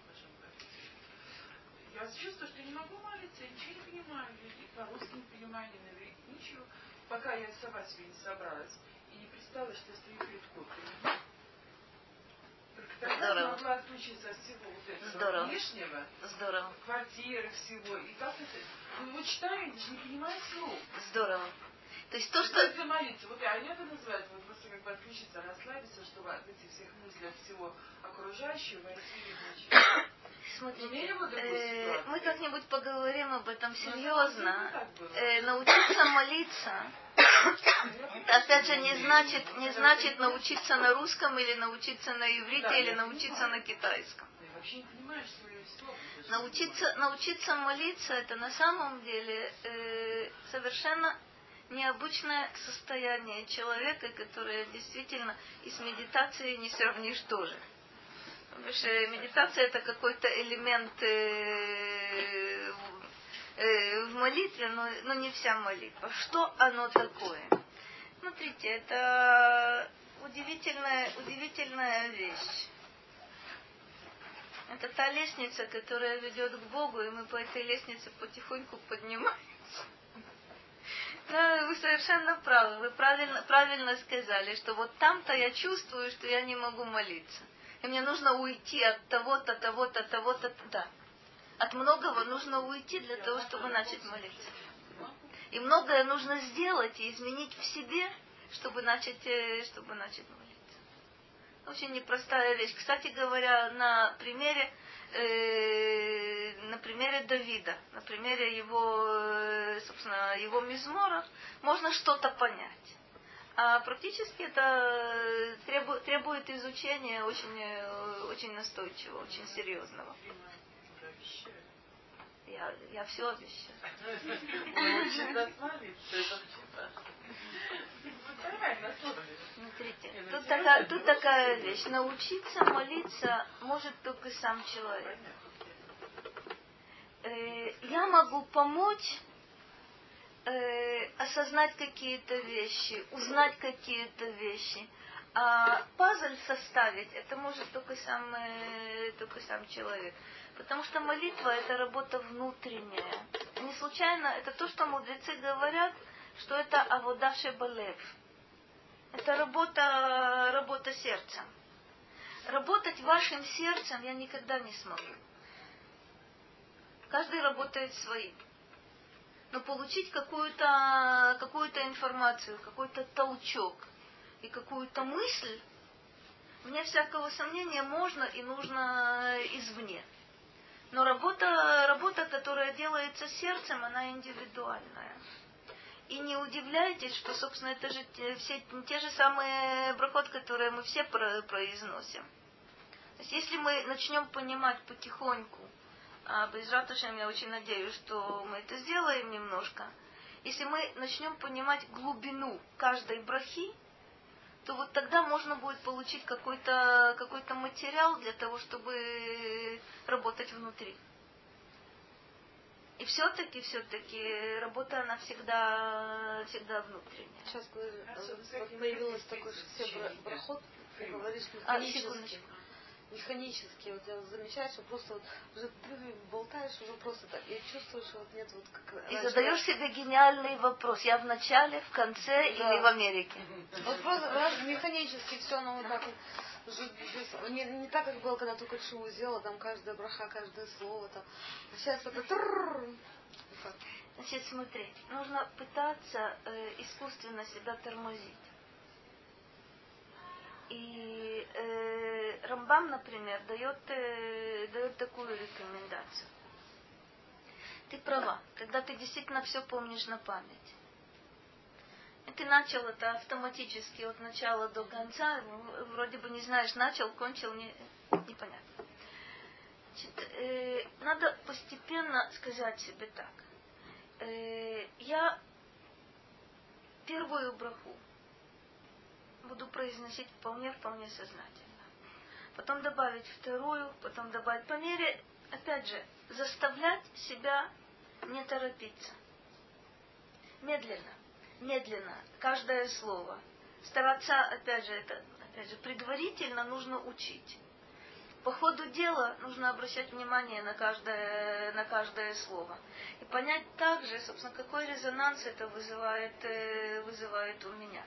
я чувствую, что не могу молиться, я ничего не понимаю, и по-русски не понимаю, ни на иврите, ничего. Пока я сама себе не собралась и не представила, что я стою перед копией. Только тогда я могла отключиться от всего вот этого внешнего, квартиры, всего. И как это? Ну вот читаю, даже не понимаю слов. Здорово. То есть то, что... молиться. Вот они это называют, вот просто как бы отключиться, расслабиться, чтобы от этих всех мыслей, от всего окружающего войти в Смотрите, мы как-нибудь поговорим об этом серьезно. Научиться молиться, опять же, не значит научиться на русском, или научиться на иврите, или научиться на китайском. Научиться молиться, это на самом деле совершенно необычное состояние человека, которое действительно и с медитацией не сравнишь тоже. Потому что медитация это какой-то элемент в молитве, но не вся молитва. Что оно такое? Смотрите, это удивительная вещь. Это та лестница, которая ведет к Богу, и мы по этой лестнице потихоньку поднимаемся. Да, вы совершенно правы. Вы правильно сказали, что вот там-то я чувствую, что я не могу молиться. И мне нужно уйти от того-то, того-то, того-то, да. От многого нужно уйти для того, чтобы начать молиться. И многое нужно сделать и изменить в себе, чтобы начать молиться. Очень непростая вещь. Кстати говоря, на примере Давида, на примере его мизмора, можно что-то понять. А практически это требует изучения очень настойчивого, очень серьезного. Я все обещаю. Смотрите, тут такая вещь. Научиться молиться может только сам человек. Я могу помочь осознать какие-то вещи, узнать какие-то вещи. А пазл составить, это может только сам человек. Потому что молитва – это работа внутренняя. Не случайно, это то, что мудрецы говорят, что это авода шебалев. Это работа сердцем. Работать вашим сердцем я никогда не смогу. Каждый работает своим. Но получить какую-то информацию, какой-то толчок и какую-то мысль, вне всякого сомнения, можно и нужно извне. Но работа, которая делается сердцем, она индивидуальная. И не удивляйтесь, что, собственно, это же те же самые брахот, которые мы все произносим. То есть, если мы начнем понимать потихоньку, Бейзрат Ашем, я очень надеюсь, что мы это сделаем немножко, если мы начнем понимать глубину каждой брахи, то вот тогда можно будет получить какой-то материал для того, чтобы работать внутри. И все-таки работа, она всегда внутренняя. Сейчас появилось такое, что все брахот, ты говоришь механически. Вот я замечаю, что просто вот уже ты болтаешь уже просто так. И чувствуешь, что вот нет вот как. И задаешь себе гениальный вопрос. Я в начале, в конце или в Америке? Вот просто механически все, но вот так вот. Не так, как было, когда только шоу сделала, там каждая браха, каждое слово там. А сейчас это Значит, смотри, нужно пытаться искусственно себя тормозить. И Рамбам, например, дает такую рекомендацию. Ты права, когда ты действительно все помнишь на память. И ты начал это автоматически от начала до конца, вроде бы не знаешь, начал, кончил, непонятно. Значит, надо постепенно сказать себе так. Я первую браху буду произносить вполне сознательно. Потом добавить вторую, потом добавить по мере, опять же, заставлять себя не торопиться. Медленно, каждое слово. Стараться, опять же, предварительно нужно учить. По ходу дела нужно обращать внимание на каждое слово. И понять также, собственно, какой резонанс это вызывает у меня.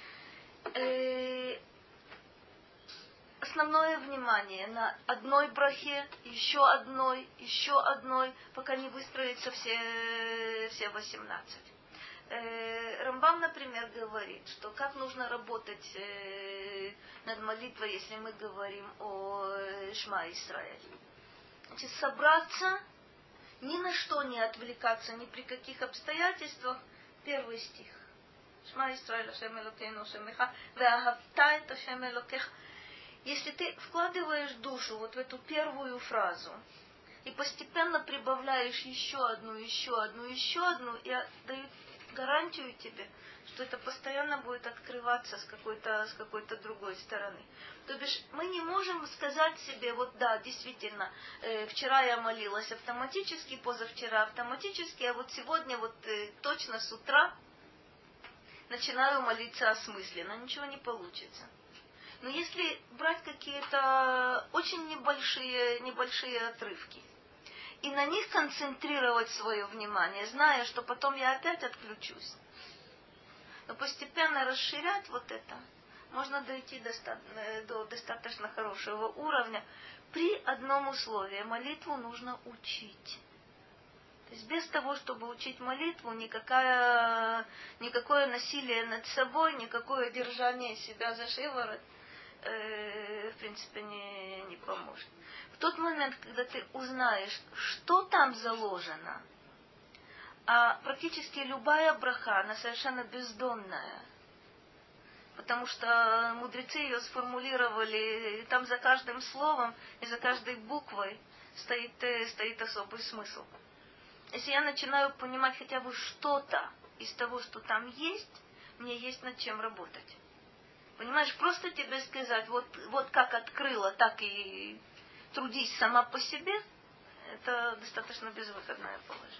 Основное внимание на одной брахе, еще одной, пока не выстроятся все 18. Рамбам, например, говорит, что как нужно работать над молитвой, если мы говорим о Шма Исраэль. Значит, собраться, ни на что не отвлекаться, ни при каких обстоятельствах. Первый стих. Шма Исраэль, Ашем Элокейну, Ашем Эха, Веахавта эт Ашем Элокех. Если ты вкладываешь душу вот в эту первую фразу и постепенно прибавляешь еще одну, я даю гарантию тебе, что это постоянно будет открываться с какой-то другой стороны. То бишь мы не можем сказать себе, вот да, действительно, вчера я молилась автоматически, позавчера автоматически, а вот сегодня вот точно с утра начинаю молиться осмысленно, ничего не получится. Но если брать какие-то очень небольшие отрывки и на них концентрировать свое внимание, зная, что потом я опять отключусь, но постепенно расширять вот это, можно дойти до достаточно хорошего уровня при одном условии. Молитву нужно учить. То есть без того, чтобы учить молитву, никакое насилие над собой, никакое держание себя за шиворот, в принципе, не поможет. В тот момент, когда ты узнаешь, что там заложено, а практически любая браха, она совершенно бездонная, потому что мудрецы ее сформулировали, и там за каждым словом и за каждой буквой стоит особый смысл. Если я начинаю понимать хотя бы что-то из того, что там есть, мне есть над чем работать. Понимаешь, просто тебе сказать, вот как открыла, так и трудись сама по себе, это достаточно безвыходное положение.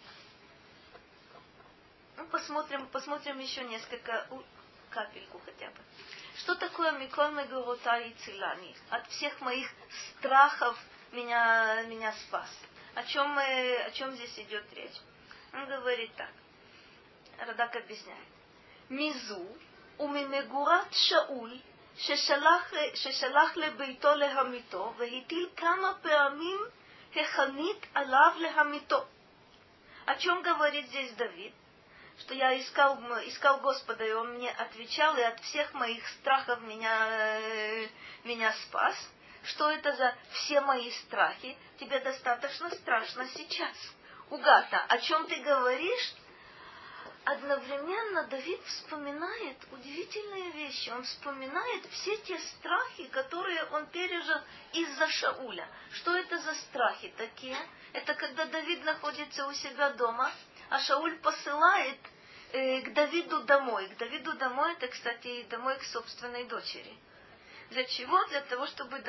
Ну, посмотрим еще несколько, капельку хотя бы. Что такое Миколь Мегурота и Цилани? От всех моих страхов меня спас. О чем здесь идет речь? Он говорит так. Радак объясняет. Мизу וממגורת שאול ששלח לביתו להמיתו והטיל כמה פעמים החנית עליו להמיתו. О чем говорит здесь Давид? Что я искал Господа, и Он мне отвечал, и от всех моих страхов меня спас. Что это за все мои страхи? Тебе достаточно страшно сейчас. Угата, о чем ты говоришь? Одновременно Давид вспоминает удивительные вещи. Он вспоминает все те страхи, которые он пережил из-за Шауля. Что это за страхи такие? Это когда Давид находится у себя дома, а Шауль посылает к Давиду домой. К Давиду домой, это, кстати, домой к собственной дочери. Для чего? Для того, чтобы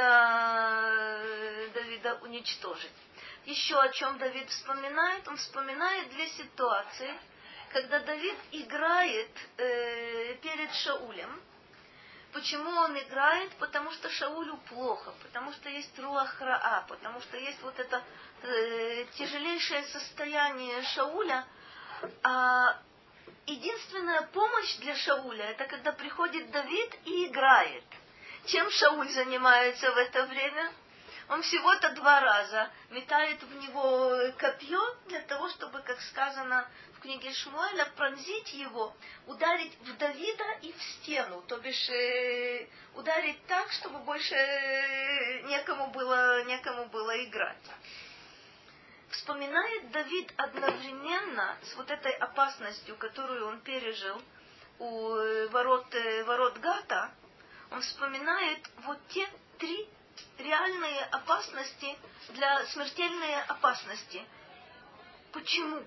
Давида уничтожить. Еще о чем Давид вспоминает? Он вспоминает две ситуации, когда Давид играет перед Шаулем. Почему он играет? Потому что Шаулю плохо, потому что есть руах раа, потому что есть вот это тяжелейшее состояние Шауля. А единственная помощь для Шауля, это когда приходит Давид и играет. Чем Шауль занимается в это время? Он всего-то 2 раза метает в него копье для того, чтобы, как сказано в книге Шмуэля, пронзить его, ударить в Давида и в стену, то бишь ударить так, чтобы больше некому было играть. Вспоминает Давид одновременно с вот этой опасностью, которую он пережил у ворот Гата, он вспоминает вот те 3 реальные опасности, смертельные опасности. Почему?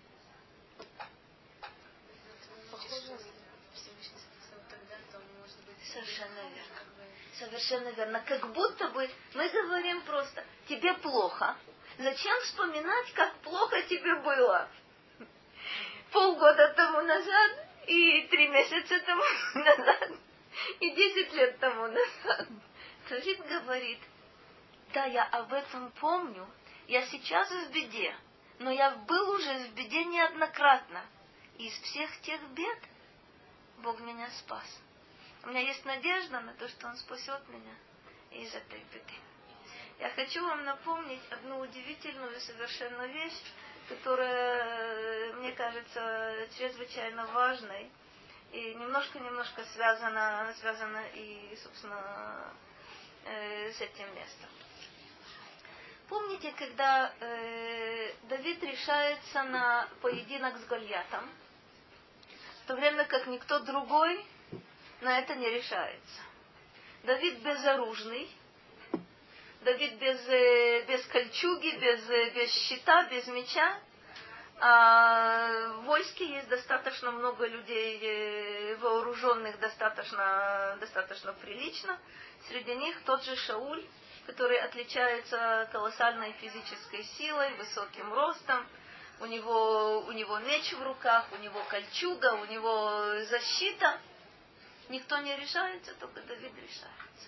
Совершенно верно. Как будто бы мы говорим просто, тебе плохо. Зачем вспоминать, как плохо тебе было? Полгода тому назад, и 3 месяца тому назад, и 10 лет тому назад. Давид говорит, да, я об этом помню, я сейчас в беде, но я был уже в беде неоднократно. И из всех тех бед Бог меня спас. У меня есть надежда на то, что Он спасет меня из этой беды. Я хочу вам напомнить одну удивительную совершенно вещь, которая, мне кажется, чрезвычайно важной и немножко связана и, собственно, с этим местом. Помните, когда Давид решается на поединок с Гольятом, в то время как никто другой на это не решается. Давид безоружный, Давид без кольчуги, без щита, без меча, А в войске есть достаточно много людей, вооруженных достаточно прилично. Среди них тот же Шауль, который отличается колоссальной физической силой, высоким ростом. У него меч в руках, у него кольчуга, у него защита. Никто не решается, только Давид решается.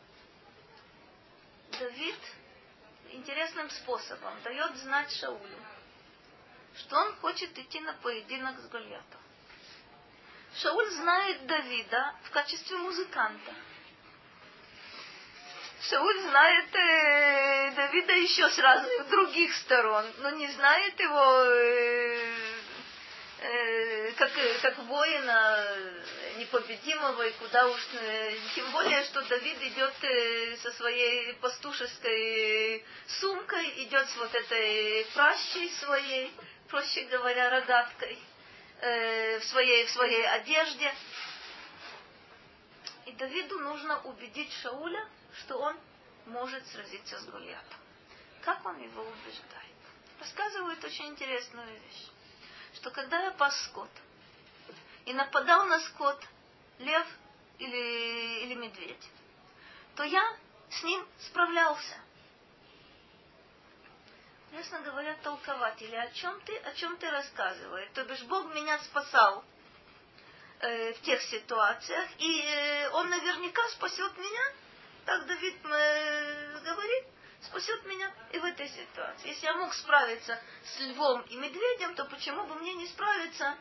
Давид интересным способом дает знать Шаулю, что он хочет идти на поединок с Голиафом. Шауль знает Давида в качестве музыканта. Шауль знает Давида еще с разных других сторон, но не знает его как воина непобедимого, и куда уж, тем более, что Давид идет со своей пастушеской сумкой, идет с вот этой пращей своей, проще говоря, рогаткой, в своей одежде. И Давиду нужно убедить Шауля, что он может сразиться с Голиафом. Как он его убеждает? Рассказывает очень интересную вещь, что когда я пас скот, и нападал на скот лев или медведь, то я с ним справлялся. Ясно говорят толкователи, о чем ты рассказываешь. То бишь Бог меня спасал в тех ситуациях, и Он наверняка спасет меня. Так Давид говорит, спасет меня и в этой ситуации. Если я мог справиться с львом и медведем, то почему бы мне не справиться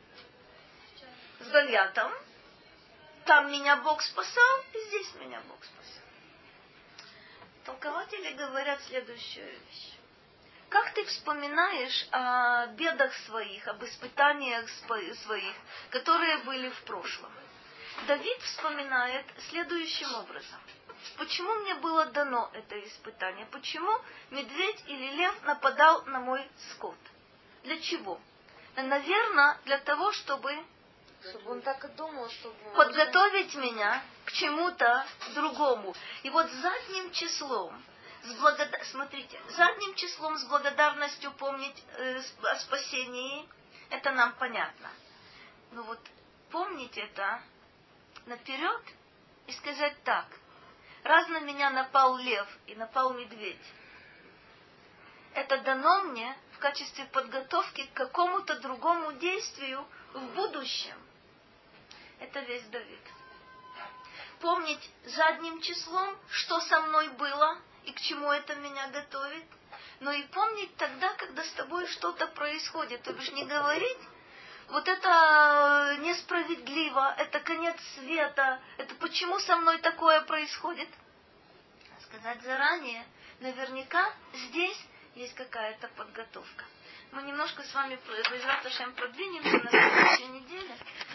с Голиафом? Там меня Бог спасал, и здесь меня Бог спасал. Толкователи говорят следующую вещь. Как ты вспоминаешь о бедах своих, об испытаниях своих, которые были в прошлом? Давид вспоминает следующим образом. Почему мне было дано это испытание? Почему медведь или лев нападал на мой скот? Для чего? Наверное, для того, чтобы он так и думал, чтобы подготовить меня к чему-то другому. И вот задним числом, смотрите, задним числом с благодарностью помнить о спасении, это нам понятно. Но вот помнить это наперед и сказать так. Раз на меня напал лев и напал медведь, это дано мне в качестве подготовки к какому-то другому действию в будущем. Это весь Давид. Помнить задним числом, что со мной было и к чему это меня готовит, но и помнить тогда, когда с тобой что-то происходит. То бишь не говорить, вот это несправедливо, это конец света, это почему со мной такое происходит. Сказать заранее, наверняка здесь есть какая-то подготовка. Мы немножко с вами, Бе'эзрат Ашем, продвинемся на следующей неделе.